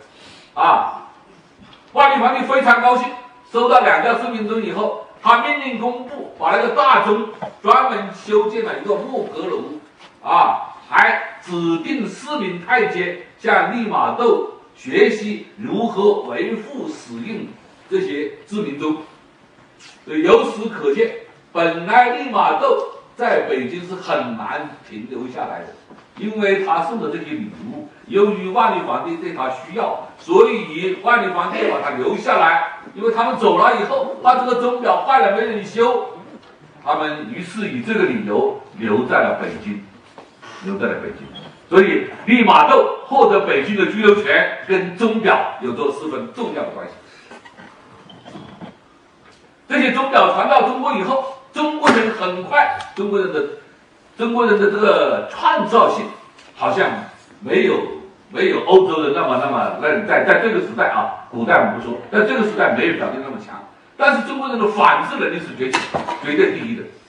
万历皇帝非常高兴，收到2架知名钟以后，他命令工部把那个大钟专门修建了一个木阁楼，还指定4名太监向利玛窦学习如何维护使用这些知名钟。由此可见，本来利玛窦在北京是很难停留下来的，因为他送的这些礼物，由于万历皇帝对他需要，所以万历皇帝把他留下来。因为他们走了以后，他这个钟表坏了没人修，他们于是以这个理由留在了北京。所以利玛窦获得北京的居留权，跟钟表有着十分重要的关系。这些钟表传到中国以后，中国人很快，中国人的这个创造性好像没有欧洲人那么在这个时代古代我们不说，在这个时代没有表现那么强。但是中国人的反制能力是绝对第一的。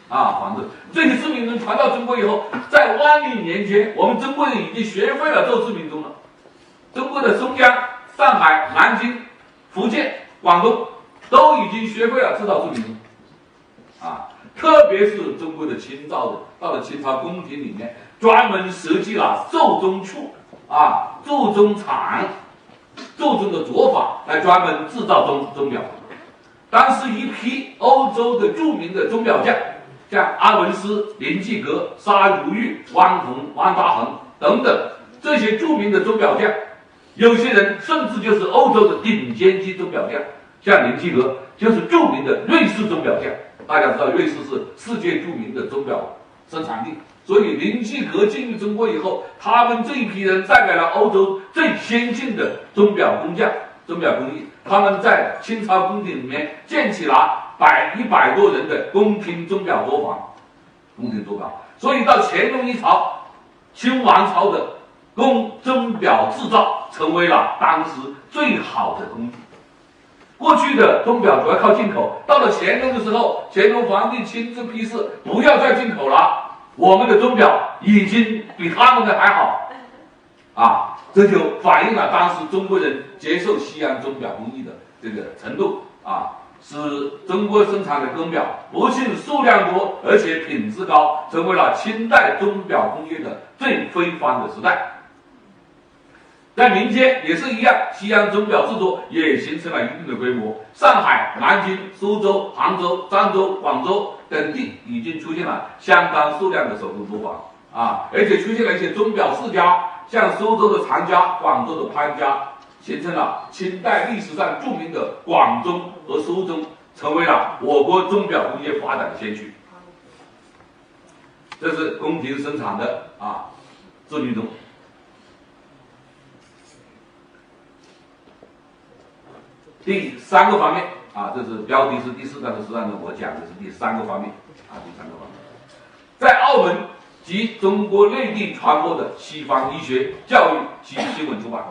房子。这些知名人传到中国以后，在万历年间，我们中国人已经学会了做知名人了。中国的松江、上海、南京、福建、广东都已经学会了制造知名人。特别是中国的清朝的，到了清朝宫廷里面，专门设计了铸钟处、铸钟厂、铸钟的作坊，来专门制造钟表。当时一批欧洲的著名的钟表匠，像阿文斯、林继革、沙如玉、汪洪、汪大珩等等这些著名的钟表匠，有些人甚至就是欧洲的顶尖级钟表匠，像林继革就是著名的瑞士钟表匠。大家知道瑞士是世界著名的钟表生产地，所以林继革进入中国以后，他们这一批人带来了欧洲最先进的钟表工匠、钟表工艺。他们在清朝宫廷里面建起了100多人的宫廷钟表作坊，所以到乾隆一朝，清王朝的钟表制造成为了当时最好的工艺。过去的钟表主要靠进口，到了乾隆的时候，乾隆皇帝亲自批示不要再进口了，我们的钟表已经比他们的还好，这就反映了当时中国人接受西洋钟表工艺的这个程度，使中国生产的钟表不仅数量多，而且品质高，成为了清代钟表工业的最辉煌的时代。在民间也是一样，西洋钟表制作也形成了一定的规模。上海、南京、苏州、杭州、漳州、广州等地已经出现了相当数量的手工作坊，而且出现了一些钟表世家，像苏州的常家、广州的潘家，形成了清代历史上著名的广钟和苏钟，成为了我国钟表工业发展的先驱。这是宫廷生产的知名钟。第三个方面这是标题是第4章的10章呢，我讲的是第三个方面在澳门及中国内地传播的西方医学、教育及新闻出版。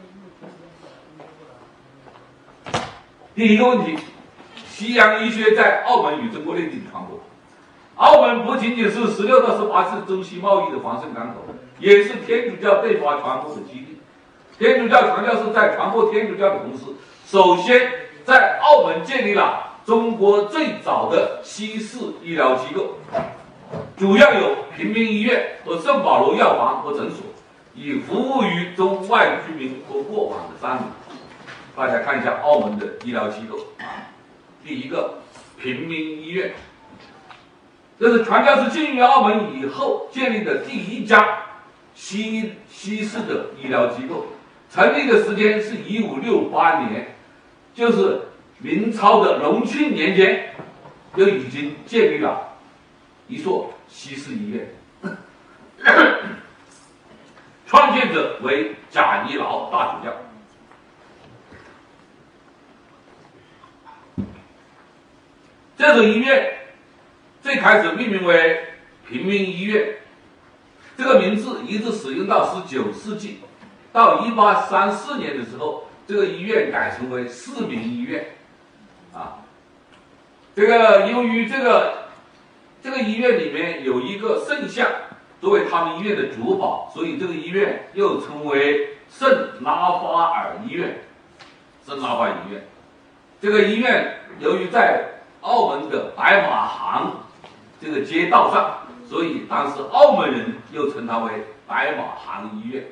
第一个问题，西洋医学在澳门与中国内地的传播。澳门不仅仅是16到18世纪中西贸易的防身港口，也是天主教对华传播的基地。天主教传教士在传播天主教的同时，首先在澳门建立了中国最早的西式医疗机构，主要有平民医院和圣保罗药房和诊所，以服务于中外居民和过往的商旅。大家看一下澳门的医疗机构第一个平民医院，这是传教士进入澳门以后建立的第一家西式的医疗机构，成立的时间是1568年，就是明朝的隆庆年间就已经建立了一所西式医院，创建者为贾一劳大主教。这所医院最开始命名为平民医院，这个名字一直使用到19世纪，到1834年的时候，这个医院改成为市民医院。这个由于这个医院里面有一个圣像作为他们医院的主保，所以这个医院又称为圣拉法尔医院。圣拉法尔医院，这个医院由于在澳门的白马行这个街道上，所以当时澳门人又称它为白马行医院。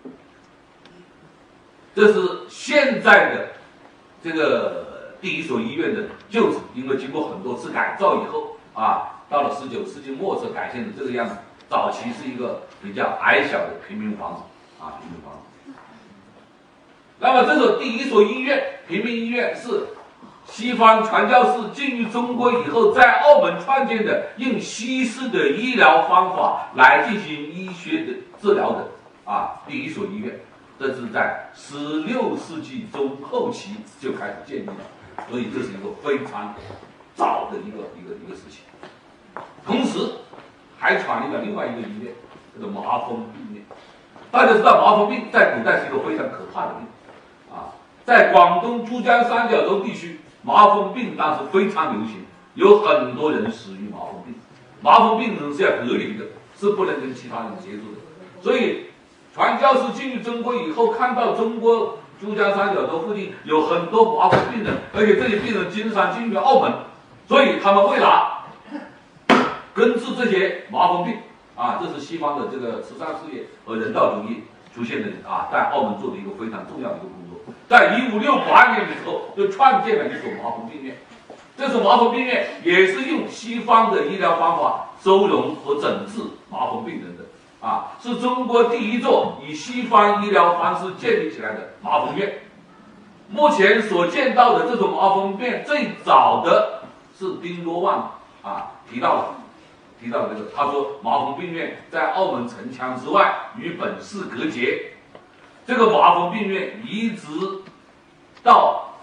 这是现在的这个第一所医院的旧址，因为经过很多次改造以后到了19世纪末才改建的这个样子。早期是一个比较矮小的平民房子平民房子。那么这所第一所医院平民医院是西方传教士进入中国以后，在澳门创建的用西式的医疗方法来进行医学的治疗的第一所医院。这是在16世纪中后期就开始建立了，所以这是一个非常早的一个事情。同时还创立了另外一个医院，这个麻风病院。大家知道麻风病在古代是一个非常可怕的病在广东珠江三角洲地区，麻风病当时非常流行，有很多人死于麻风病麻风病人是要隔离的，是不能跟其他人接触的。所以传教士进入中国以后，看到中国珠江三角洲附近有很多麻风病人，而且这些病人经常进入澳门，所以他们为了根治这些麻风病这是西方的这个慈善事业和人道主义出现的在澳门做的一个非常重要的一个工作。在1568年的时候，就创建了一所麻风病院。这所麻风病院也是用西方的医疗方法收容和诊治麻风病人的是中国第一座以西方医疗方式建立起来的麻风院。目前所见到的这种麻风院，最早的是丁若望提到这个，他说麻风病院在澳门城墙之外，与本市隔绝。这个麻风病院一直到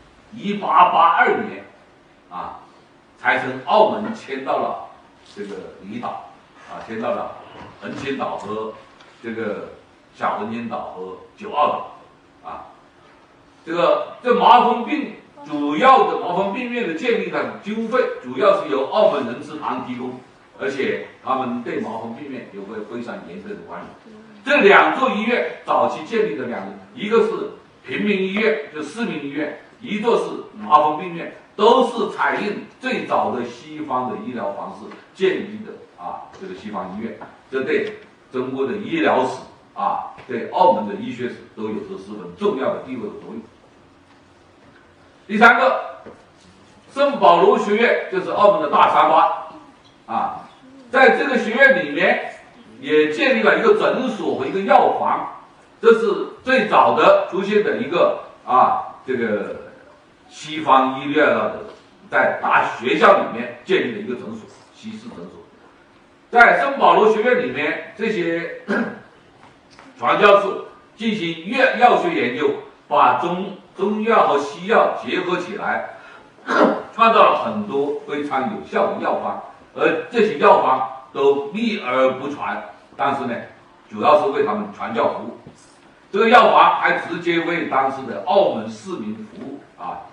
1882年才从澳门迁到了这个离岛迁到了横琴岛和这个小横琴岛和九澳岛这麻风病主要的麻风病院的建立的经费主要是由澳门人慈堂提供，而且他们对麻风病院有个非常严格的管理。这两座医院早期建立的一个是平民医院，就市民医院，一座是麻风病院，都是采用最早的西方的医疗方式建立的这个西方医院，这对中国的医疗史对澳门的医学史都有着十分重要的地位和作用。第三个，圣保罗学院就是澳门的大三巴在这个学院里面也建立了一个诊所和一个药房，这是最早的出现的一个这个西方医疗的在大学校里面建立的一个诊所，西式诊所。在圣保罗学院里面，这些传教士进行药学研究，把中药和西药结合起来，创造了很多非常有效的药方，而这些药方都秘而不传，但是呢，主要是为他们传教服务。这个药房还直接为当时的澳门市民服务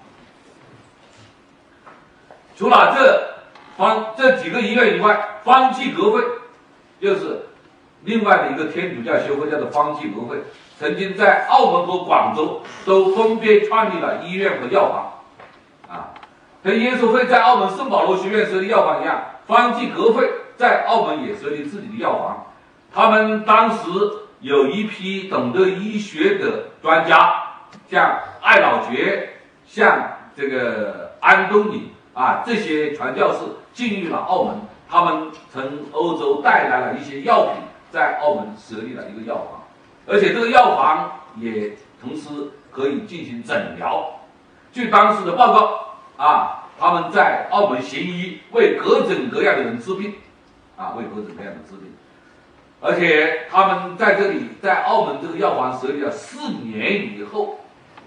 除了这几个医院以外，方济各会就是另外的一个天主教修会，叫做方济各会，曾经在澳门和广州都分别创立了医院和药房跟耶稣会在澳门圣保罗学院设立药房一样，方济各会在澳门也设立自己的药房。他们当时有一批懂得医学的专家，像艾老觉，像这个安东尼这些传教士进入了澳门，他们从欧洲带来了一些药品，在澳门设立了一个药房，而且这个药房也同时可以进行诊疗。据当时的报告他们在澳门行医，为各种各样的人治病为各种各样的治病。而且他们在这里，在澳门这个药房设立了4年以后，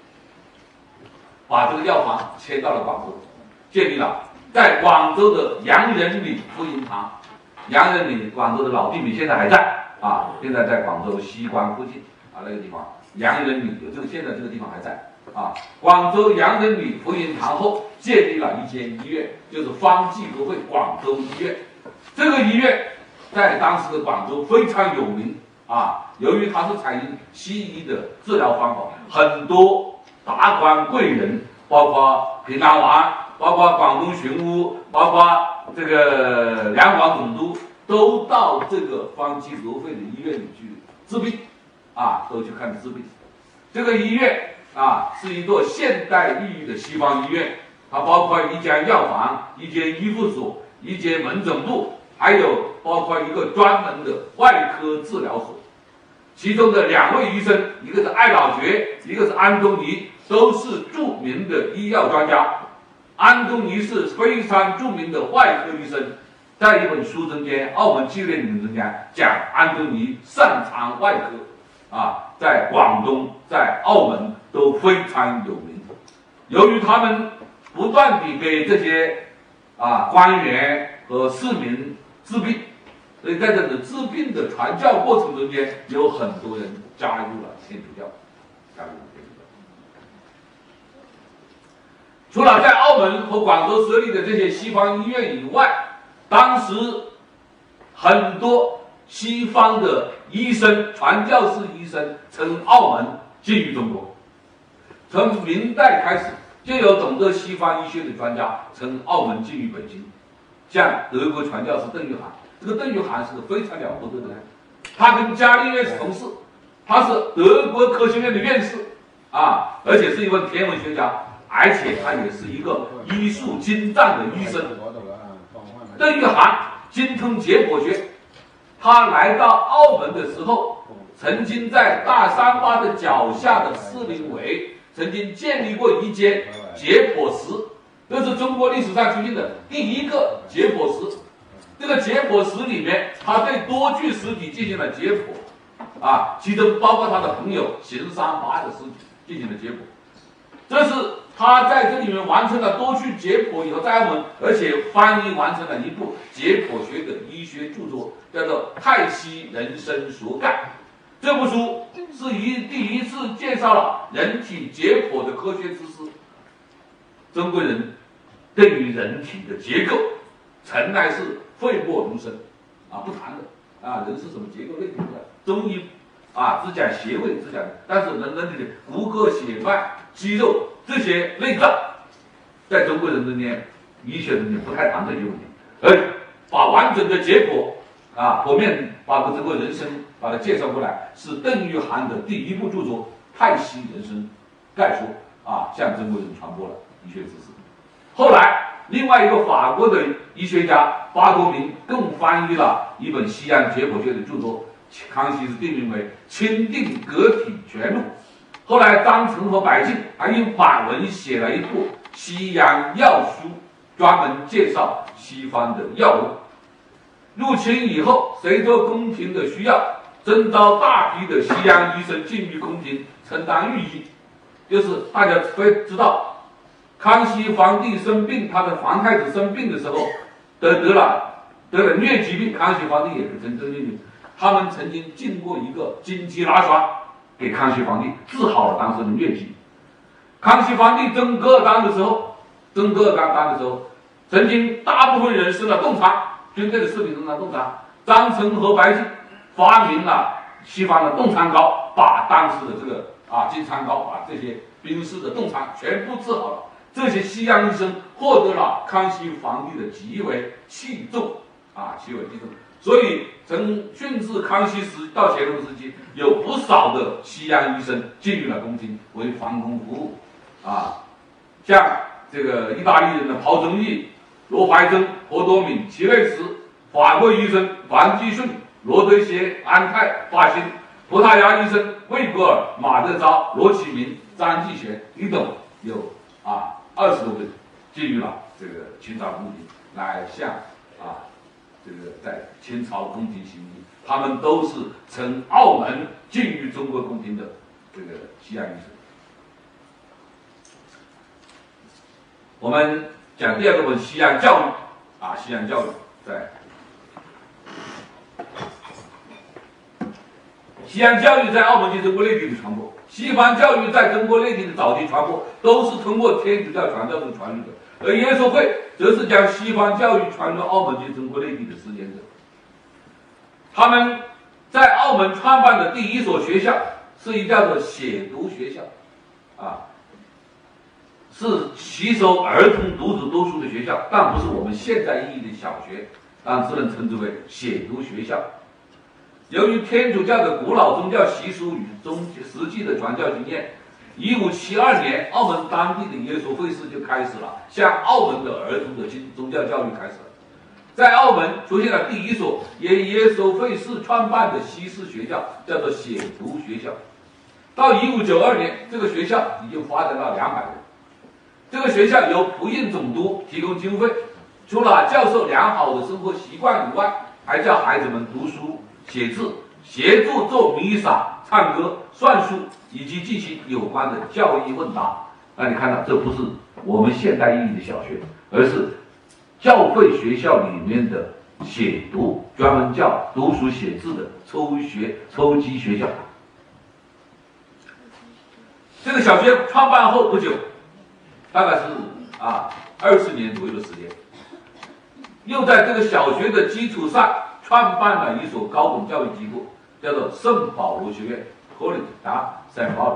把这个药房迁到了广州，建立了在广州的洋人里福音堂。洋人里广州的老地名现在还在现在在广州西关附近那个地方，洋人里有现在这个地方还在广州洋人里福音堂后建立了一间医院，就是方济各会广州医院。这个医院在当时的广州非常有名由于它是采用西医的治疗方法，很多达官贵人，包括平安王，包括广东巡抚，包括这个两广总督，都到这个方济各会的医院里去治病都去看治病。这个医院是一座现代意义的西方医院，它包括一家药房、一间医务所、一间门诊部，还有包括一个专门的外科治疗所。其中的2位医生，一个是艾老觉，一个是安东尼，都是著名的医药专家。安东尼是非常著名的外科医生，在一本书中间，澳门纪念里中间讲安东尼擅长外科在广东在澳门都非常有名。由于他们不断地给这些官员和市民治病，所以在这个治病的传教过程中间，有很多人加入了天主教。除了在澳门和广州设立的这些西方医院以外，当时很多西方的医生、传教士医生从澳门进入中国。从明代开始，就有懂得西方医学的专家从澳门进入北京，像德国传教士邓玉涵。这个邓玉涵是个非常了不得的人，他跟伽利略是同事，他是德国科学院的院士啊，而且是一位天文学家，而且他也是一个医术精湛的医生。邓玉涵精通解剖学，他来到澳门的时候，曾经在大三巴的脚下的士林围曾经建立过一间解剖室，这是中国历史上出现的第一个解剖室。这个解剖室里面，他对多具尸体进行了解剖，啊，其中包括他的朋友邢三八的尸体进行了解剖。这是他在这里面完成了多具解剖以后，在澳门，而且翻译完成了一部解剖学的医学著作，叫做《泰西人参所概》。这部书是第一次介绍了人体解剖的科学知识。中国人对于人体的结构，从来是讳莫如深啊，不谈的啊，人是什么结构类型的？中医啊，只讲穴位，只讲，但是人体的骨骼、血脉、肌肉这些内脏，在中国人中间，医学中间不太谈这些问题，而把完整的结果啊，剖面把这个人参把它介绍过来，是邓玉涵的第一部著作《泰西人参概说》啊，向中国人传播了医学知识。后来，另外一个法国的医学家巴多明更翻译了一本西洋解剖学的著作，康熙是定名为《钦定格体全录》。后来张成和白净还用法文写了一部《西洋药书》，专门介绍西方的药物。入清以后，随着宫廷的需要，征召大批的西洋医生进入宫廷承担御医。就是大家会知道，康熙皇帝生病，他的皇太子生病的时候，得了疟疾病，康熙皇帝也是曾得疟疾，他们曾经进过一个金鸡拉刷给康熙皇帝治好了当时的疟疾。康熙皇帝征噶尔丹的时候，曾经大部分人生了冻疮，军队的士兵生了冻疮，张成和白净发明了西方的冻疮膏，把当时的这个金疮膏把这些兵士的冻疮全部治好了。这些西洋医生获得了康熙皇帝的极为器重，所以从顺治、康熙时到乾隆时期，有不少的西洋医生进入了宫廷为皇宫服务，像这个意大利人的陶宗义、罗怀珍、何多敏、齐内斯，法国医生王继顺、罗德歇、安泰、华歆，葡萄牙医生魏格尔、马德昭、罗启明、张继贤一等，有20多个进入了这个清朝宫廷，来向这个在清朝宫廷行医。他们都是从澳门进入中国宫廷的这个西洋医生。我们讲第二个问题，西洋教育西洋教育在西洋教育在澳门及中国内地的传播，西方教育在中国内地的早期传播都是通过天主教传教士传入的，而耶稣会则是将西方教育传入澳门及中国内地的实践者。他们在澳门创办的第一所学校是一叫做写读学校，是吸收儿童读子读书的学校，但不是我们现在意义的小学，但只能称之为写读学校。由于天主教的古老宗教习俗与实际的传教经验，1572年，澳门当地的耶稣会士就开始了向澳门的儿童的宗教教育开始了。在澳门出现了第一所由耶稣会士创办的西式学校，叫做写读学校。到1592年，这个学校已经发展到200人。这个学校由普印总督提供经费，除了教授良好的生活习惯以外，还教孩子们读书、写字，协助做弥撒、唱歌、算术，以及进行有关的教义问答。那你看到，这不是我们现代意义的小学，而是教会学校里面的写读，专门教读书写字的抽级学校。这个小学创办后不久，大概是20年左右的时间，又在这个小学的基础上创办了一所高等教育机构，叫做圣保罗学院 （College St. Paul）。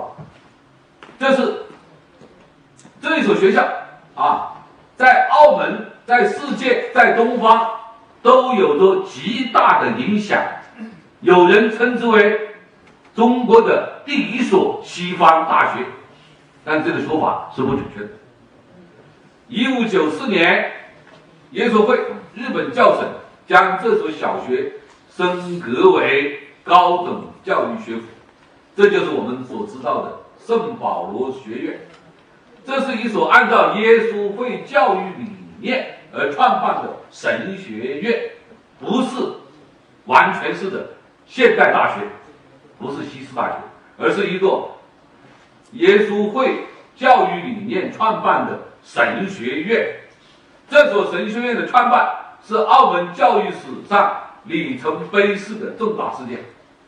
这一所学校在澳门、在世界、在东方都有着极大的影响，有人称之为中国的第一所西方大学，但这个说法是不准确的。1594年，耶稣会日本教省将这所小学升格为高等教育学府，这就是我们所知道的圣保罗学院。这是一所按照耶稣会教育理念而创办的神学院，不是完全式的现代大学，不是西式大学，而是一个耶稣会教育理念创办的神学院。这所神学院的创办是澳门教育史上里程碑式的重大事件。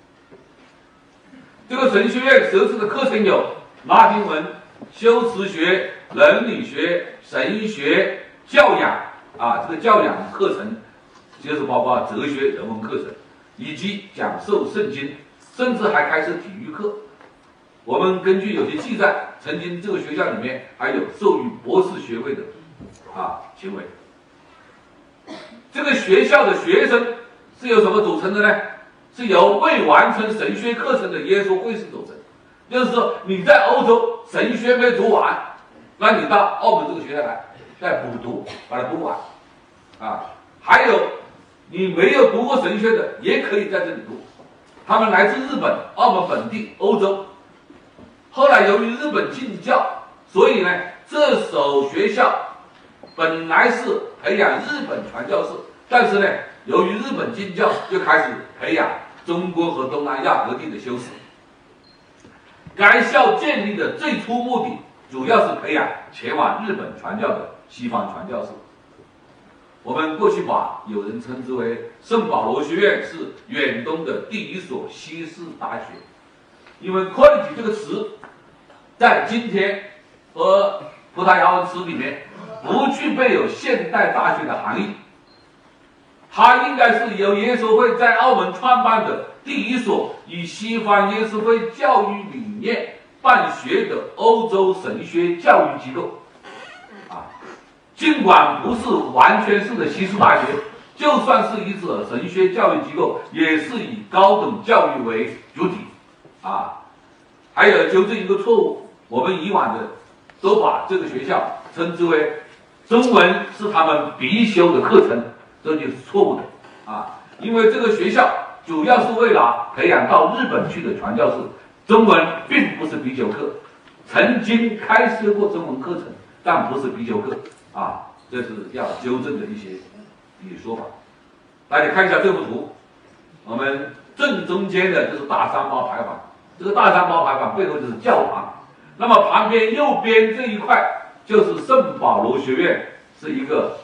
这个神学院设置的课程有拉丁文、修辞学、伦理学、神学、教养这个教养课程就是包括哲学、人文课程，以及讲授圣经，甚至还开设体育课。我们根据有些记载，曾经这个学校里面还有授予博士学位的行为。这个学校的学生是由什么组成的呢？是由未完成神学课程的耶稣会士组成。就是说，你在欧洲神学没读完，那你到澳门这个学校来再补读，把它读完还有你没有读过神学的，也可以在这里读。他们来自日本、澳门本地、欧洲。后来由于日本禁教，所以呢，这所学校本来是培养日本传教士，但是呢，由于日本禁教，就开始培养中国和东南亚各地的修士。该校建立的最初目的，主要是培养前往日本传教的西方传教士。我们过去有人称之为圣保罗学院是远东的第一所西式大学，因为 college 这个词在今天和葡萄牙文词里面不具备有现代大学的含义，它应该是由耶稣会在澳门创办的第一所以西方耶稣会教育理念办学的欧洲神学教育机构尽管不是完全式的西式大学，就算是一所神学教育机构，也是以高等教育为主体还有纠正一个错误，我们以往的都把这个学校称之为中文是他们必修的课程，这就是错误的因为这个学校主要是为了培养到日本去的传教士，中文并不是必修课，曾经开设过中文课程，但不是必修课这是要纠正的一些说法。大家看一下这幅图，我们正中间的就是大三巴牌坊，这个大三巴牌坊背后就是教堂，那么旁边右边这一块就是圣保罗学院，是一个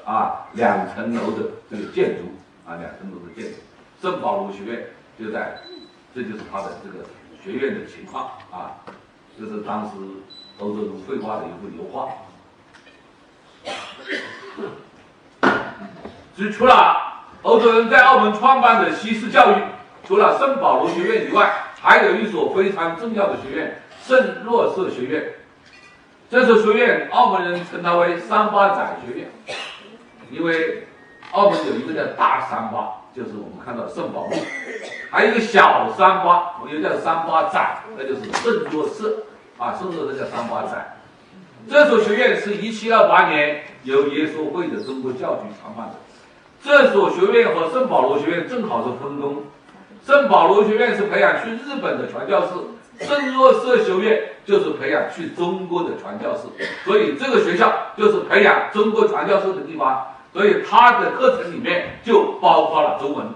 2层楼的这个建筑2层楼的建筑。圣保罗学院就在，这就是它的这个学院的情况这是当时欧洲人绘画的一幅油画。所以除了欧洲人在澳门创办的西式教育，除了圣保罗学院以外，还有一所非常重要的学院——圣若瑟学院。这所学院澳门人称它为三八仔学院，因为澳门有一个叫大三巴，就是我们看到圣保罗，还有一个小三巴，我们又叫三八仔，那就是圣若瑟圣若瑟叫三八仔。这所学院是1728年由耶稣会的中国教局创办的。这所学院和圣保罗学院正好是分工，圣保罗学院是培养去日本的传教士，圣若瑟学院就是培养去中国的传教士，所以这个学校就是培养中国传教士的地方，所以它的课程里面就包括了中文，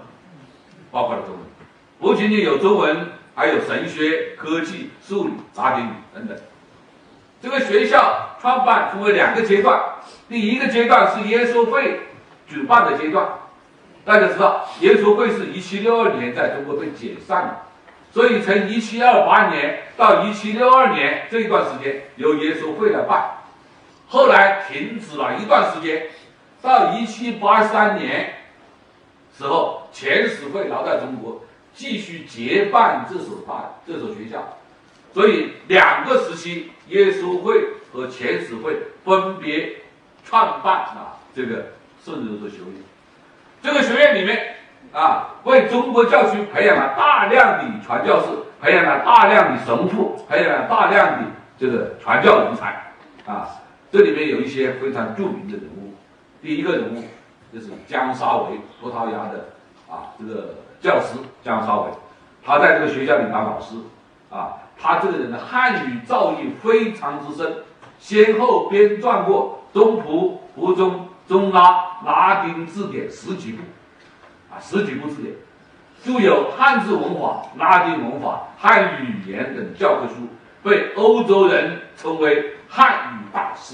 不仅仅有中文，还有神学、科技、数理、拉丁语等等。这个学校创办分为2个阶段，第一个阶段是耶稣会举办的阶段。大家知道，耶稣会是1762年在中国被解散的，所以从1728年到1762年这一段时间由耶稣会来办，后来停止了一段时间，到1783年时候，遣使会留在中国，继续接办这所学校。所以两个时期，耶稣会和遣使会分别创办这个圣若瑟学院。这个学院里面为中国教区培养了大量的传教士，培养了大量的神父，培养了大量的这个传教人才这里面有一些非常著名的人物。第一个人物就是江沙维，葡萄牙的这个教师江沙维，他在这个学校里当老师他这个人的汉语造诣非常之深，先后编撰过中葡、葡中、中拉丁字典10几部10几部字典，著有汉字文法、拉丁文法、汉语言等教科书，被欧洲人称为汉语大师。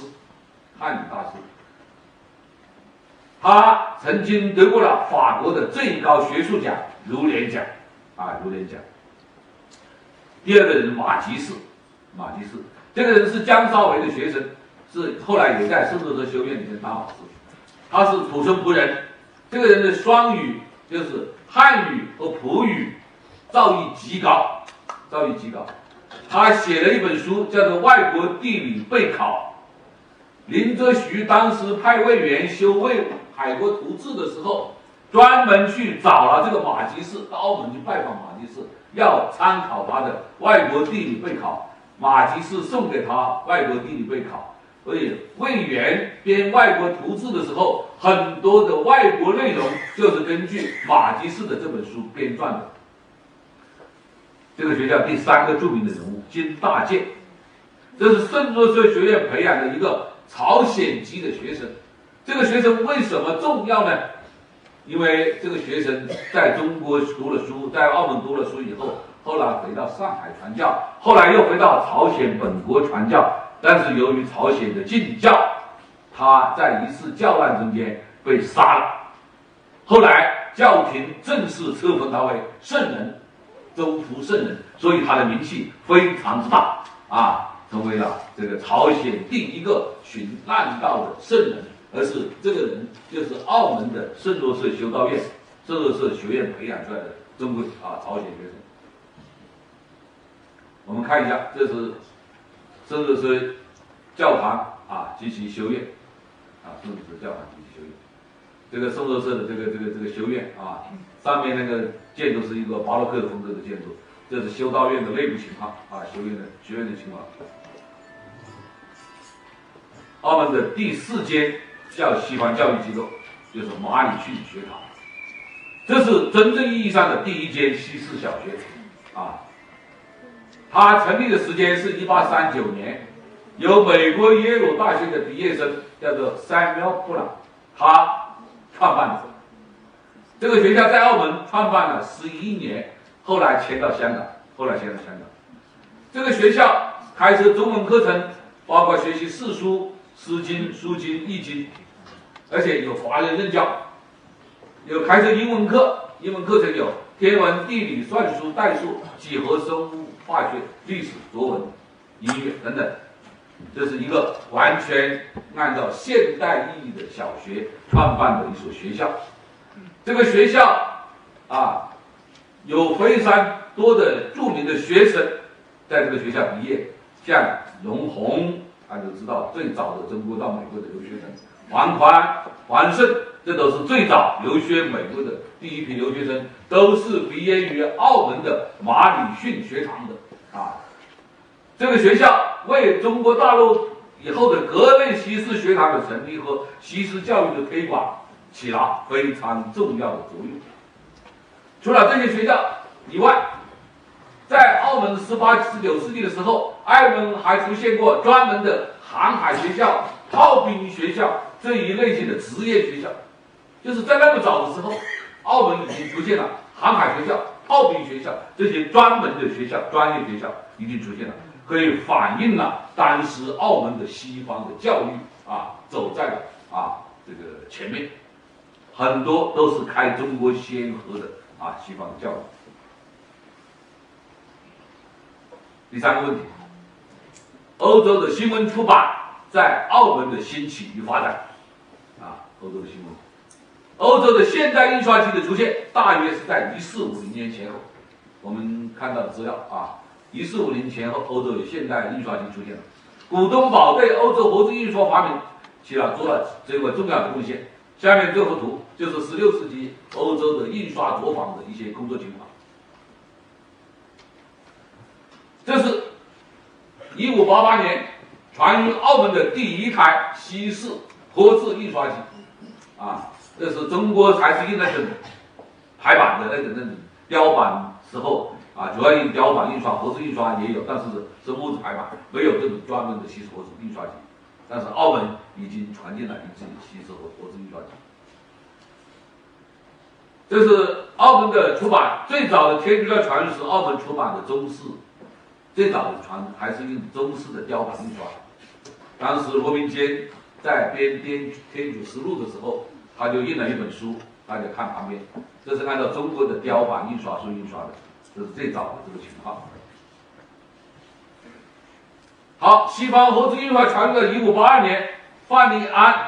他曾经得过了法国的最高学术奖卢联奖第二个人马吉士，这个人是江沙维的学生，是后来也在圣若瑟修院里面当老师。他是土生葡人，这个人的双语就是汉语和葡语造诣极高。他写了一本书叫做《外国地理备考》。林则徐当时派魏源修海国图志的时候，专门去找了这个马吉士，到澳门去拜访马吉士，要参考他的《外国地理备考》。马吉士送给他《外国地理备考》，所以魏源编外国图志的时候，很多的外国内容就是根据马吉士的这本书编撰的。这个学校第三个著名的人物金大建，这是圣若瑟学院培养的一个朝鲜籍的学生。这个学生为什么重要呢？因为这个学生在中国读了书，在澳门读了书以后，后来回到上海传教，后来又回到朝鲜本国传教，但是由于朝鲜的禁教，他在一次教难中间被杀了。后来教廷正式册封他为圣人，周福圣人，所以他的名气非常之大成为了这个朝鲜第一个寻难道的圣人。而是这个人就是澳门的圣若瑟修道院、圣若瑟学院培养出来的中国朝鲜学生。我们看一下，这是圣若瑟教堂及其修院圣若瑟教堂及其修院。这个圣若瑟的这个修院上面那个建筑是一个巴洛克风格的建筑，这是修道院的内部情况学院的情况。澳门的第4间西方教育机构就是马里逊学堂，这是真正意义上的第1间西式小学它成立的时间是1839年，由美国耶鲁大学的毕业生叫做 Samuel Pullen 他创办的。这个学校在澳门创办了11年，后来迁到香港。这个学校开设中文课程，包括学习四书、诗经、书经、易经，而且有华人任教，有开设英文课，英文课程有天文、地理、算术、代数、几何、生物、化学、历史、作文、音乐等等。这是一个完全按照现代意义的小学创办的一所学校。这个学校有非常多的著名的学生在这个学校毕业，像容闳，大家都知道最早的中国到美国的留学生，黄宽、黄胜，这都是最早留学美国的第一批留学生，都是毕业于澳门的马里逊学堂的这个学校为中国大陆以后的各类西式学堂的成立和西式教育的推广起了非常重要的作用。除了这些学校以外，在澳门18、19世纪的时候，澳门还出现过专门的航海学校、炮兵学校这一类型的职业学校。就是在那么早的时候，澳门已经出现了航海学校、炮兵学校这些专门的学校、专业学校已经出现了，可以反映了当时澳门的西方的教育走在了这个前面，很多都是开中国先河的西方的教育。第三个问题，欧洲的新闻出版在澳门的兴起与发展欧洲的新闻。 欧洲的现代印刷机的出现，大约是在1450年前后。我们看到的资料啊，1450前后，欧洲有现代印刷机出现了。古登堡对欧洲活字印刷发明做了这个重要的贡献。下面这幅图就是16世纪欧洲的印刷作坊的一些工作情况。这是1588年传于澳门的第一台西式活字印刷机啊，这是中国还是印那种排版的那种雕版时候啊，主要用雕版印刷，活字印刷也有，但是是木质排版，没有这种专门的西式活字印刷机。但是澳门已经传进来一支西式活字印刷机。这是澳门的出版，最早的天主教传是澳门出版的中式，最早的传还是用中式的雕版印刷。当时罗明坚在编《天主实录》的时候，他就印了一本书，大家看旁边，这是按照中国的雕版印刷术印刷的，这是最早的这个情况。好，西方活字印刷传入了1582年，范立安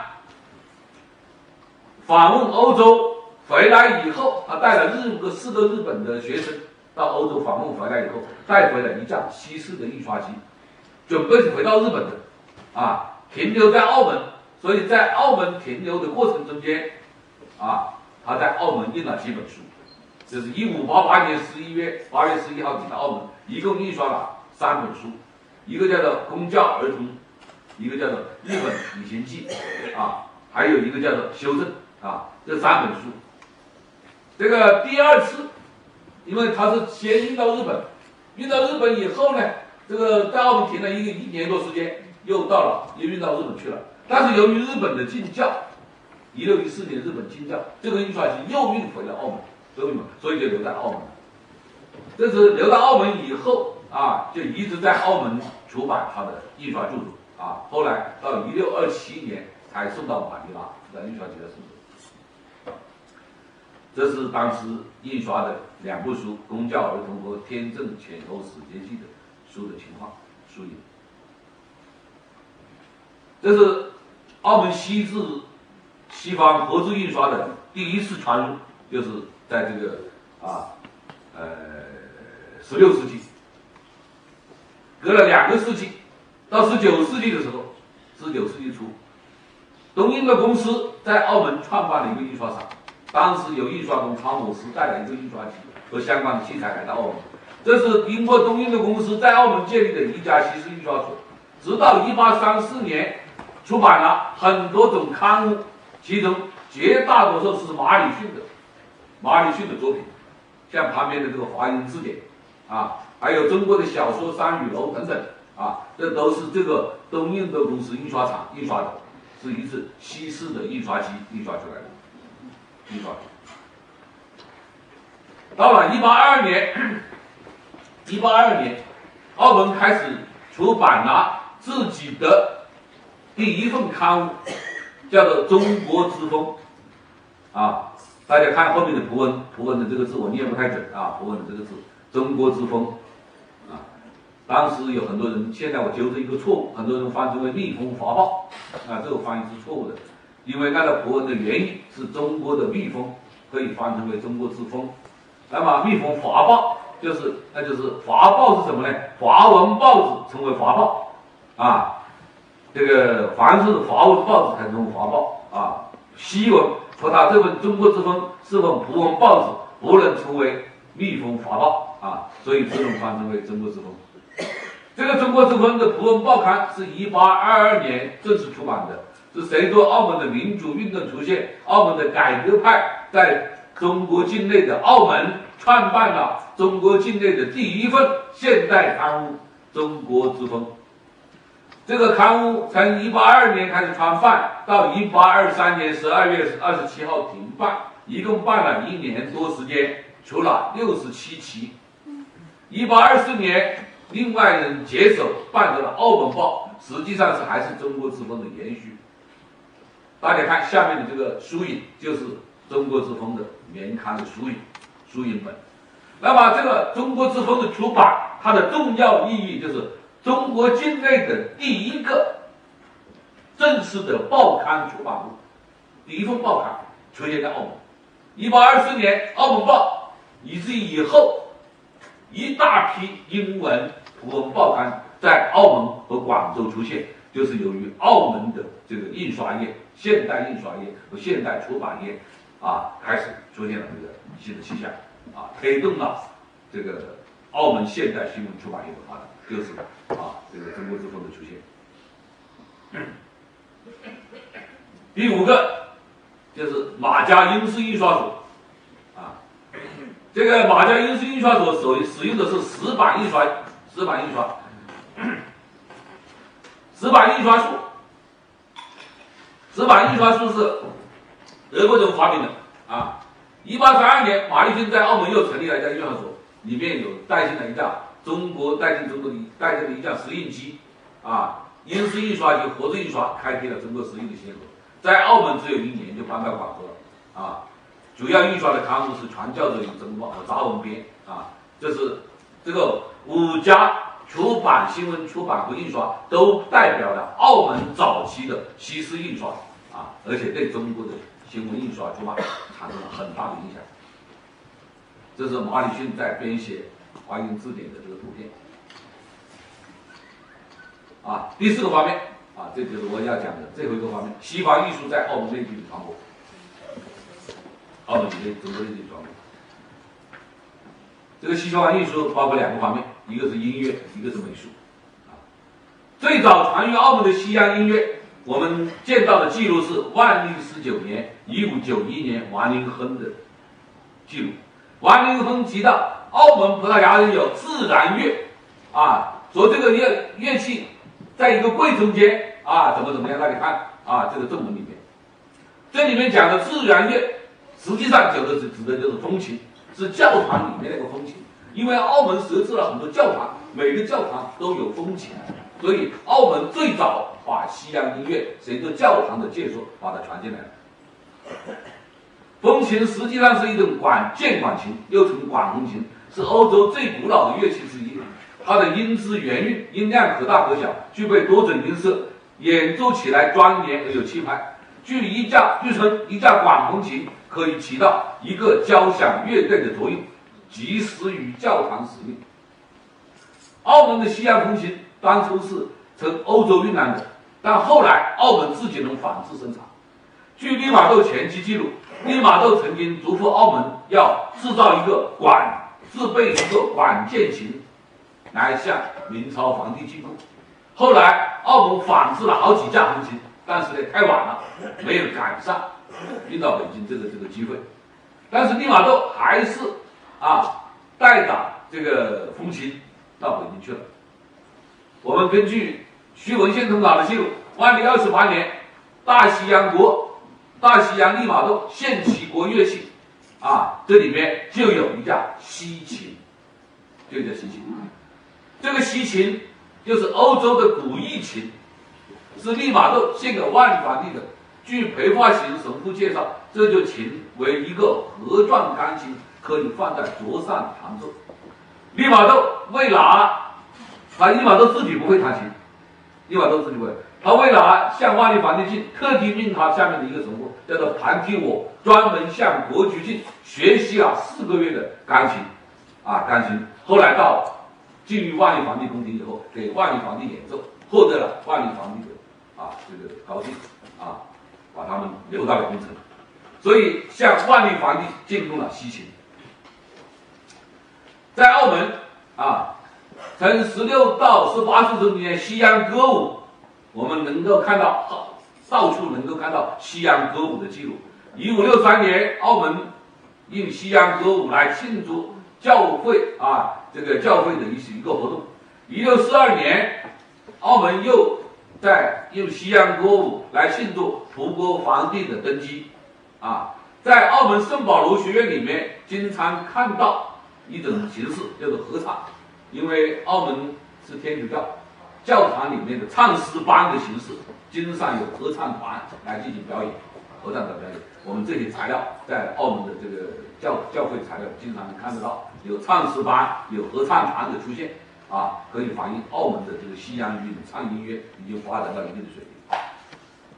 访问欧洲回来以后，他带了4个日本的学生到欧洲访问回来以后，带回了一架西式的印刷机，准备是回到日本的，啊，停留在澳门，所以在澳门停留的过程中间，啊，他在澳门印了几本书，就是1588年8月11号抵达澳门，一共印刷了3本书，一个叫做《公教儿童》，一个叫做《日本旅行记》，啊，还有一个叫做《修正》，啊，这3本书。这个第二次，因为他是先运到日本，运到日本以后呢，这个在澳门停了一年多时间，又运到日本去了。但是由于日本的禁教，1614年日本禁教，这个印刷机又运回了澳门，所以就留在澳门。这是留到澳门以后啊，就一直在澳门出版他的印刷著作啊。后来到1627年才送到马尼拉，在印刷机的送走。这是当时印刷的2部书《公教儿童》和《天正遣欧使节记》的书的情况书印。这是澳门西方活字印刷的第一次传入，就是在这个16世纪，隔了2个世纪，到19世纪的时候，19世纪初，东印的公司在澳门创办了一个印刷厂。当时有印刷工汤姆斯带了一个印刷机和相关的器材来到澳门，这是英国东印的公司在澳门建立的一家西式印刷所。直到1834年，出版了很多种刊物，其中绝大多数是马礼逊的作品，像旁边的这个华音字典啊，还有中国的小说《山雨楼》等等啊，这都是这个东印的公司印刷厂印刷的，是一次西式的印刷机印刷出来的。到了1822年，澳门开始出版了自己的第一份刊物，叫做《中国之风》啊。大家看后面的图文的这个字我念不太准啊，图文的这个字《中国之风》啊。当时有很多人，现在我纠正一个错误，很多人翻成为《蜜蜂华报》啊，这个翻译是错误的。因为按照图文的原意是中国的蜜蜂，可以翻成为中国之风。那么蜜蜂华报就是华报是什么呢？华文报纸称为华报啊，这个凡是华文报纸才称为华报啊。西文和它这份中国之风是份葡文报纸，不能称为蜜蜂华报啊，所以只能翻成为中国之风。这个中国之风的葡文报刊是1822年正式出版的。是随着澳门的民主运动出现，澳门的改革派在中国境内的澳门创办了中国境内的第一份现代刊物《中国之风》。这个刊物从1822年开始创办，到1823年12月27号停办，一共办了1年多时间，出了67期。1824年，另外人接手办成了《澳门报》，实际上还是《中国之风》的延续。大家看下面的这个书影，就是中国之风的年刊的书影本。那么这个中国之风的出版，它的重要意义就是中国境内的第一个正式的报刊出版物，第一份报刊出现在澳门。1824年《澳门报》以至于以后一大批英文图文报刊在澳门和广州出现，就是由于澳门的这个印刷业、现代印刷业和现代出版业开始出现了这个新的气象推动了这个澳门现代新闻出版业的发展，就是这个中国之风的出现。第5个就是马家英式印刷所这个马家英式印刷所使用的是石版印刷术。石版印刷术是德国人发明的1832年，马立勋在澳门又成立了一家印刷所，里面有带进了一架中国带进了一架石印机英式印刷及活字印刷开辟了中国石印的先河，在澳门只有1年就搬到广州了主要印刷的刊物是《传教者与真报》和《杂文编》这是这个5家出版新闻出版和印刷都代表了澳门早期的西式印刷而且对中国的新闻印刷出版产生了很大的影响。这是马礼逊在编写《华英字典》的这个图片第4个方面这就是我要讲的最后一个方面，西方艺术在澳门内地的传播。澳门中国内地传播，这个西方艺术包括2个方面，一个是音乐，一个是美术最早传于澳门的西洋音乐，我们见到的记录是万历19年1591年王林亨的记录。王林亨提到澳门葡萄牙人有自然乐说这个乐器在一个柜中间怎么样，大家看这个正文里面，这里面讲的自然乐实际上指的就是风琴，是教堂里面那个风琴。因为澳门设置了很多教堂，每个教堂都有风琴，所以澳门最早把西洋音乐随着教堂的介入把它传进来了。风琴实际上是一种键管琴，又称管风琴，是欧洲最古老的乐器之一。它的音质圆韵，音量可大可小，具备多种音色，演奏起来庄严而有气派。据称一架管风琴可以起到一个交响乐队的作用，即使于教堂使用。澳门的西洋风琴当初是从欧洲运来的，但后来澳门自己能仿制生产。据利玛窦前期记录，利玛窦曾经嘱咐澳门要自备一个管键琴来向明朝皇帝进贡。后来澳门仿制了好几架风琴，但是太晚了，没有赶上运到北京这个机会。但是利玛窦还是带着这个风琴到北京去了。我们根据徐文献通稿的记录，万历28年，大西洋利玛窦献齐国乐器这里面就有一架西琴，这个西琴就是欧洲的古意琴，是利玛窦献给万历皇帝的。据裴化行神父介绍，这就琴为一个盒状钢琴，可以放在桌上弹奏。利玛窦自己不会弹琴，他为了向万历皇帝进，特地命他下面的一个神父叫做庞提我，专门向国局进学习了4个月的钢琴。后来到进入万历皇帝宫廷以后，给万历皇帝演奏，获得了万历皇帝的这个高兴把他们留到了宫城，所以向万历皇帝进贡了西琴。在澳门从16到18世纪年西洋歌舞，我们能够看到到处能够看到西洋歌舞的记录。1563年，澳门用西洋歌舞来庆祝教会这个教会的一个活动。1642年，澳门又用西洋歌舞来庆祝葡国皇帝的登基在澳门圣保罗学院里面经常看到一种形式叫做合唱，因为澳门是天主教，教堂里面的唱诗班的形式经常有合唱团来进行表演，合唱的表演。我们这些材料在澳门的这个教会材料经常能看得到，有唱诗班，有合唱团的出现可以反映澳门的这个西洋乐唱音乐已经发展到一定的水平。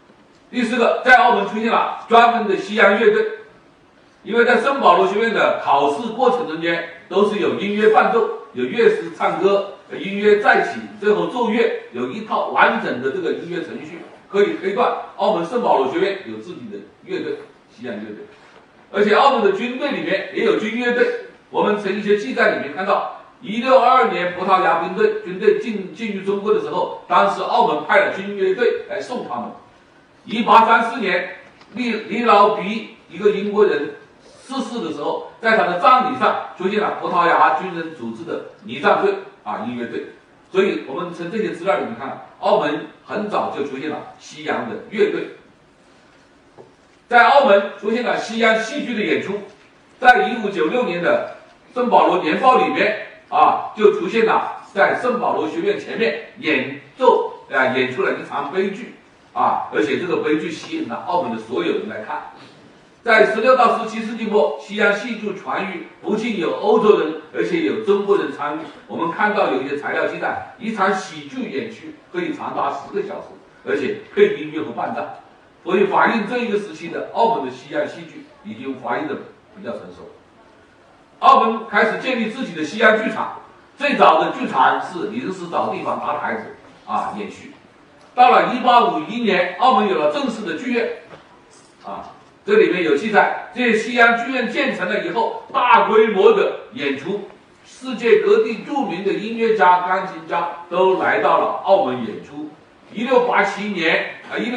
第四个，在澳门出现了专门的西洋乐队，因为在圣保罗学院的考试过程中间都是有音乐伴奏，有乐师唱歌，音乐再起，最后奏乐，有一套完整的这个音乐程序，可以推断澳门圣保罗学院有自己的乐队，西洋乐队。而且澳门的军队里面也有军乐队，我们从一些记载里面看到，1622年葡萄牙军队进入中国的时候，当时澳门派了军乐队来送他们。1834年，李老比一个英国人逝世的时候，在他的葬礼上出现了葡萄牙军人组织的仪仗队音乐队。所以我们从这些资料里面看，澳门很早就出现了西洋的乐队。在澳门出现了西洋戏剧的演出，在1596年的圣保罗年报里面就出现了在圣保罗学院前面演出了一场悲剧而且这个悲剧吸引了澳门的所有人来看。在16到17世纪末，西洋戏剧传译不仅有欧洲人，而且有中国人参与。我们看到有一些材料记载，一场喜剧演出可以长达10个小时，而且配音乐和伴奏，所以反映这一个时期的澳门的西洋戏剧已经发育的比较成熟。澳门开始建立自己的西洋剧场，最早的剧场是临时找地方搭台子演续。到了1851年，澳门有了正式的剧院这里面有记载，这些西洋剧院建成了以后，大规模的演出，世界各地著名的音乐家、钢琴家都来到了澳门演出。1687年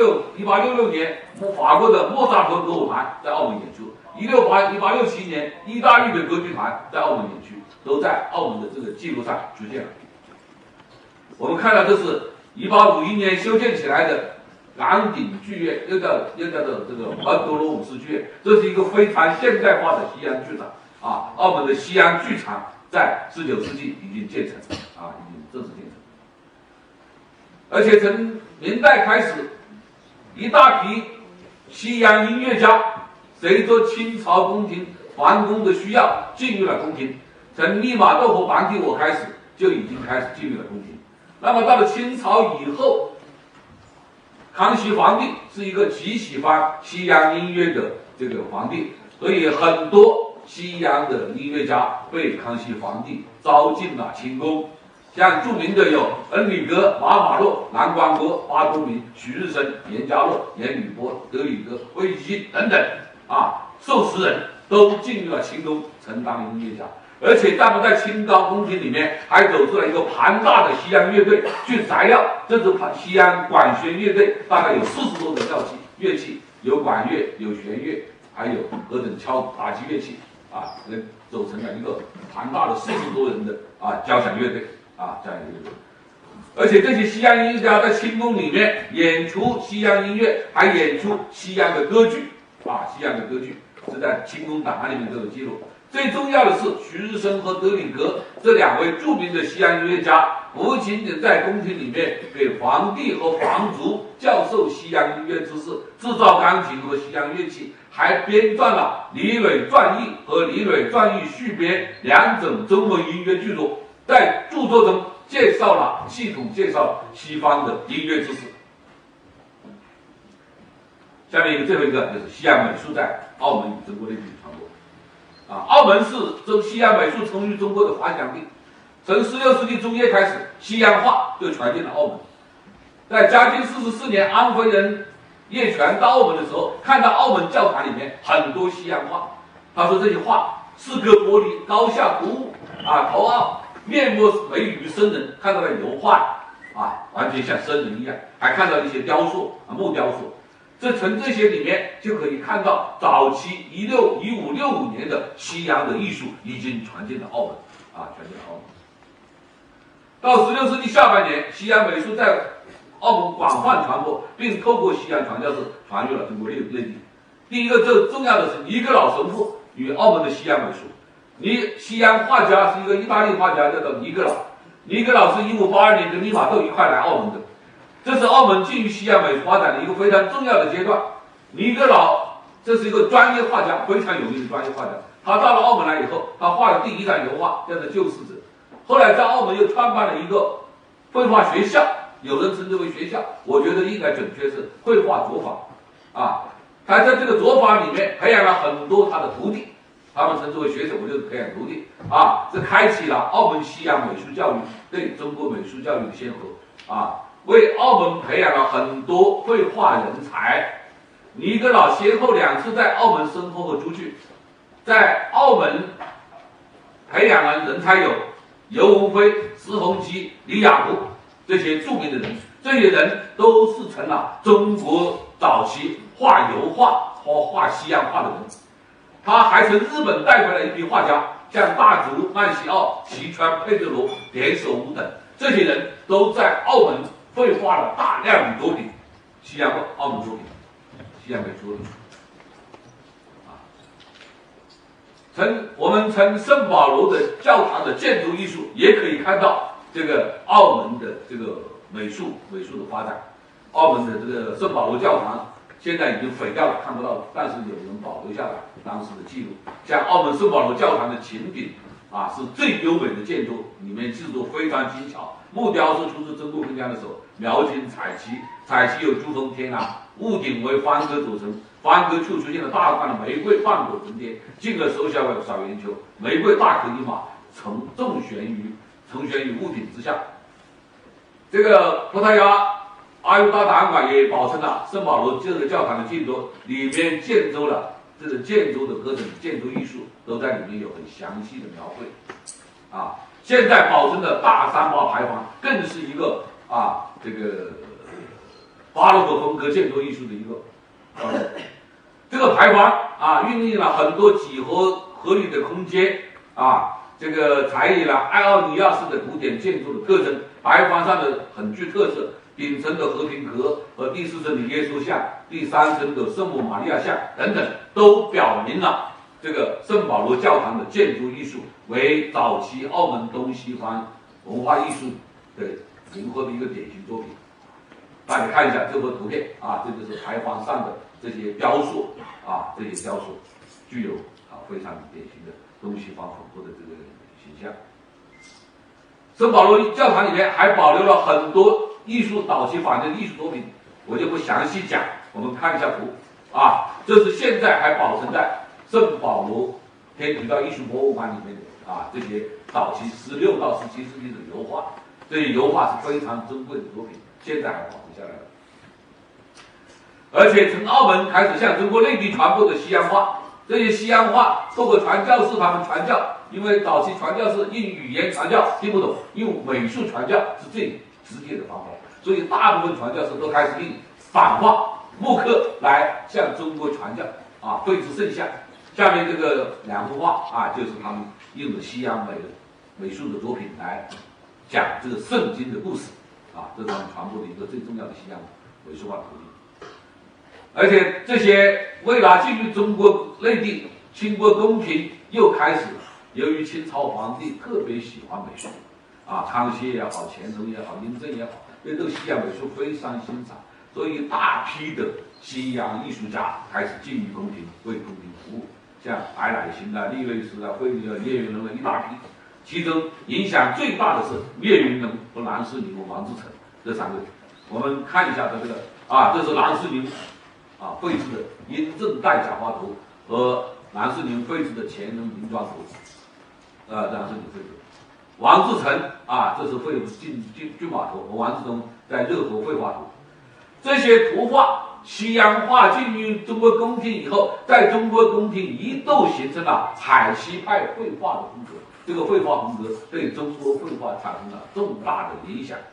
1866年，法国的莫扎特歌舞团在澳门演出。1867年，意大利的歌剧团在澳门演出，都在澳门的这个记录上出现了。我们看到这是1851年修建起来的港鼎剧院，又叫做这个门多罗姆斯剧院，这是一个非常现代化的西洋剧场澳门的西洋剧场在19世纪已经建成已经正式建成。而且从明代开始，一大批西洋音乐家随着清朝宫廷皇宫的需要进入了宫廷，从利玛窦和庞蒂我开始就已经开始进入了宫廷。那么到了清朝以后，康熙皇帝是一个极喜欢西洋音乐的这个皇帝，所以很多西洋的音乐家被康熙皇帝招进了清宫。像著名的有恩里格、马法洛、南光国、巴多明、许日升、严家洛、严履波、德里戈、魏基等等数十人都进入了清宫承当音乐家。而且在清高宫廷里面还走出了一个庞大的西洋乐队。据材料，这支西洋管弦乐队大概有40多个乐器，有管乐，有弦乐，还有各种打击乐器走成了一个庞大的40多人的交响乐队这样一个乐队。而且这些西洋音乐家在清宫里面演出西洋音乐，还演出西洋的歌剧西洋的歌剧是在清宫档案里面都有记录。最重要的是，徐日升和德里格这2位著名的西洋音乐家，不仅仅在宫廷里面给皇帝和皇族教授西洋音乐知识，制造钢琴和西洋乐器，还编撰了《李磊传译》和《李磊传译续编》2种中文音乐巨作，在著作中系统介绍了西方的音乐知识。下面最后一个就是西洋美术在澳门与中国内地传播。澳门是西洋美术冲入中国的发祥地。从16世纪中叶开始，西洋画就传进了澳门。在嘉靖44年，安徽人叶全到澳门的时候，看到澳门教堂里面很多西洋画，他说这些画四个玻璃，高下突兀头傲，面目美于生人，看到了油画完全像生人一样，还看到一些雕塑木雕塑。从这些里面就可以看到早期1565年的西洋的艺术已经传进了澳门传进了澳门。到16世纪下半年，西洋美术在澳门广泛传播，并透过西洋传教士传入了中国内地。第一个最重要的是尼格老神父与澳门的西洋美术。西洋画家是一个意大利画家，叫做尼格老。尼格老是1582年跟利玛窦一块来澳门的。这是澳门进入西洋美术发展的一个非常重要的阶段。尼格老这是一个专业画家，非常有名的专业画家。他到了澳门来以后，他画的第一张油画叫做《救世者》。后来在澳门又创办了一个绘画学校，有人称之为学校，我觉得应该准确是绘画作坊啊，他在这个作坊里面培养了很多他的徒弟，他们称之为学生，我就是培养徒弟啊，这开启了澳门西洋美术教育对中国美术教育的先河啊，为澳门培养了很多绘画人才。尼格老先后2次在澳门生活和住居，在澳门培养了人才有尤文辉、施洪基、李亚湖这些著名的人，这些人都是成了中国早期画油画和画西洋画的人。他还从日本带回来一批画家，像大竹、曼西奥、齐川、佩德罗、田守吾等，这些人都在澳门绘画了大量的作品，西洋澳门作品，西洋美术作品。我们从圣保罗的教堂的建筑艺术也可以看到这个澳门的这个美术的发展。澳门的这个圣保罗教堂现在已经毁掉了，看不到了，但是有人保留下来当时的记录。像澳门圣保罗教堂的琴顶啊，是最优美的建筑，里面制作非常精巧。木雕是出自曾国藩家的手，描金彩漆，彩漆有珠峰天啊，屋顶为方格组成，方格处出现了大块的玫瑰瓣果层叠，进而收下为小圆球，玫瑰大可一马，重悬于屋顶之下。这个葡萄牙阿尤达档案馆也保存了圣保罗这个教堂的建筑，里面建筑了这个建筑的各种建筑艺术都在里面有很详细的描绘啊。现在保存的大三巴牌坊更是一个这个巴洛克风格建筑艺术的一个这个牌坊孕育了很多几何合理的空间这个采以了爱奥尼亚式的古典建筑的特征，牌坊上的很具特色，顶层的和平阁和第4层的耶稣像，第3层的圣母玛利亚像等等，都表明了这个圣保罗教堂的建筑艺术为早期澳门东西方文化艺术的融合的一个典型作品。大家看一下这幅图片这就是牌坊上的这些雕塑这些雕塑具有非常典型的东西方混合的这个形象。圣保罗教堂里面还保留了很多早期仿真艺术作品，我就不详细讲，我们看一下图这是现在还保存在圣保罗天主教艺术博物馆里面的这些早期16到17世纪的油画，这些油画是非常珍贵的作品，现在还保存下来了。而且从澳门开始向中国内地传播的西洋画，这些西洋画透过传教士他们传教，因为早期传教士用语言传教听不懂，用美术传教是最直接的方法，所以大部分传教士都开始用版画、木刻来向中国传教绘制圣像。下面这个2幅画就是他们用的西洋美术的作品来讲这个圣经的故事这是他们传播的一个最重要的西洋美术画途径。而且这些为了进入中国内地，清国宫廷又开始，由于清朝皇帝特别喜欢美术康熙也好，乾隆也好，雍正也好，对这个西洋美术非常欣赏，所以大批的西洋艺术家开始进入宫廷，为宫廷服务，像白乃馨利瑞斯惠理尔、聂云龙的一大批，其中影响最大的是聂云龙和郎世宁和王之成这3位。我们看一下这个这是郎世宁绘制的殷正代假花图和郎世宁绘制的乾隆明妆图，郎世宁绘制。王志成这是绘骏马图和王志忠在热河绘画图。这些图画西洋画进入中国宫廷以后，在中国宫廷一度形成了海西派绘画的风格，这个绘画风格对中国绘画产生了重大的影响。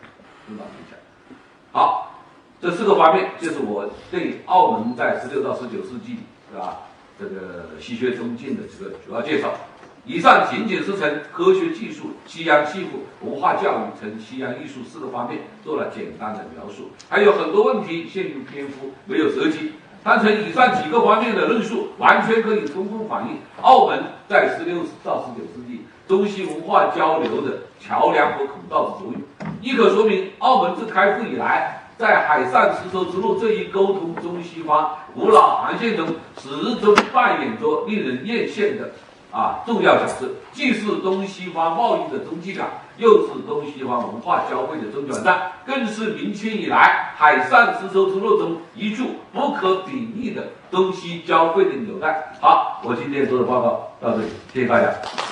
好，这4个方面就是我对澳门在16到19世纪这个西学中进的这个主要介绍。以上仅仅是从科学技术、西洋戏服、文化教育、从西洋艺术4个方面做了简单的描述，还有很多问题限于篇幅没有涉及。但从以上几个方面的论述，完全可以充分反映澳门在16到19世纪中西文化交流的桥梁和孔道的作用，亦可说明澳门自开埠以来，在海上丝绸之路这一沟通中西方古老航线中，始终扮演着令人艳羡的重要角色，既是东西方贸易的中继港，又是东西方文化交汇的中转站，更是明清以来海上丝绸之路中一处不可比拟的东西交汇的纽带。好，我今天做的报告到这里，谢谢大家。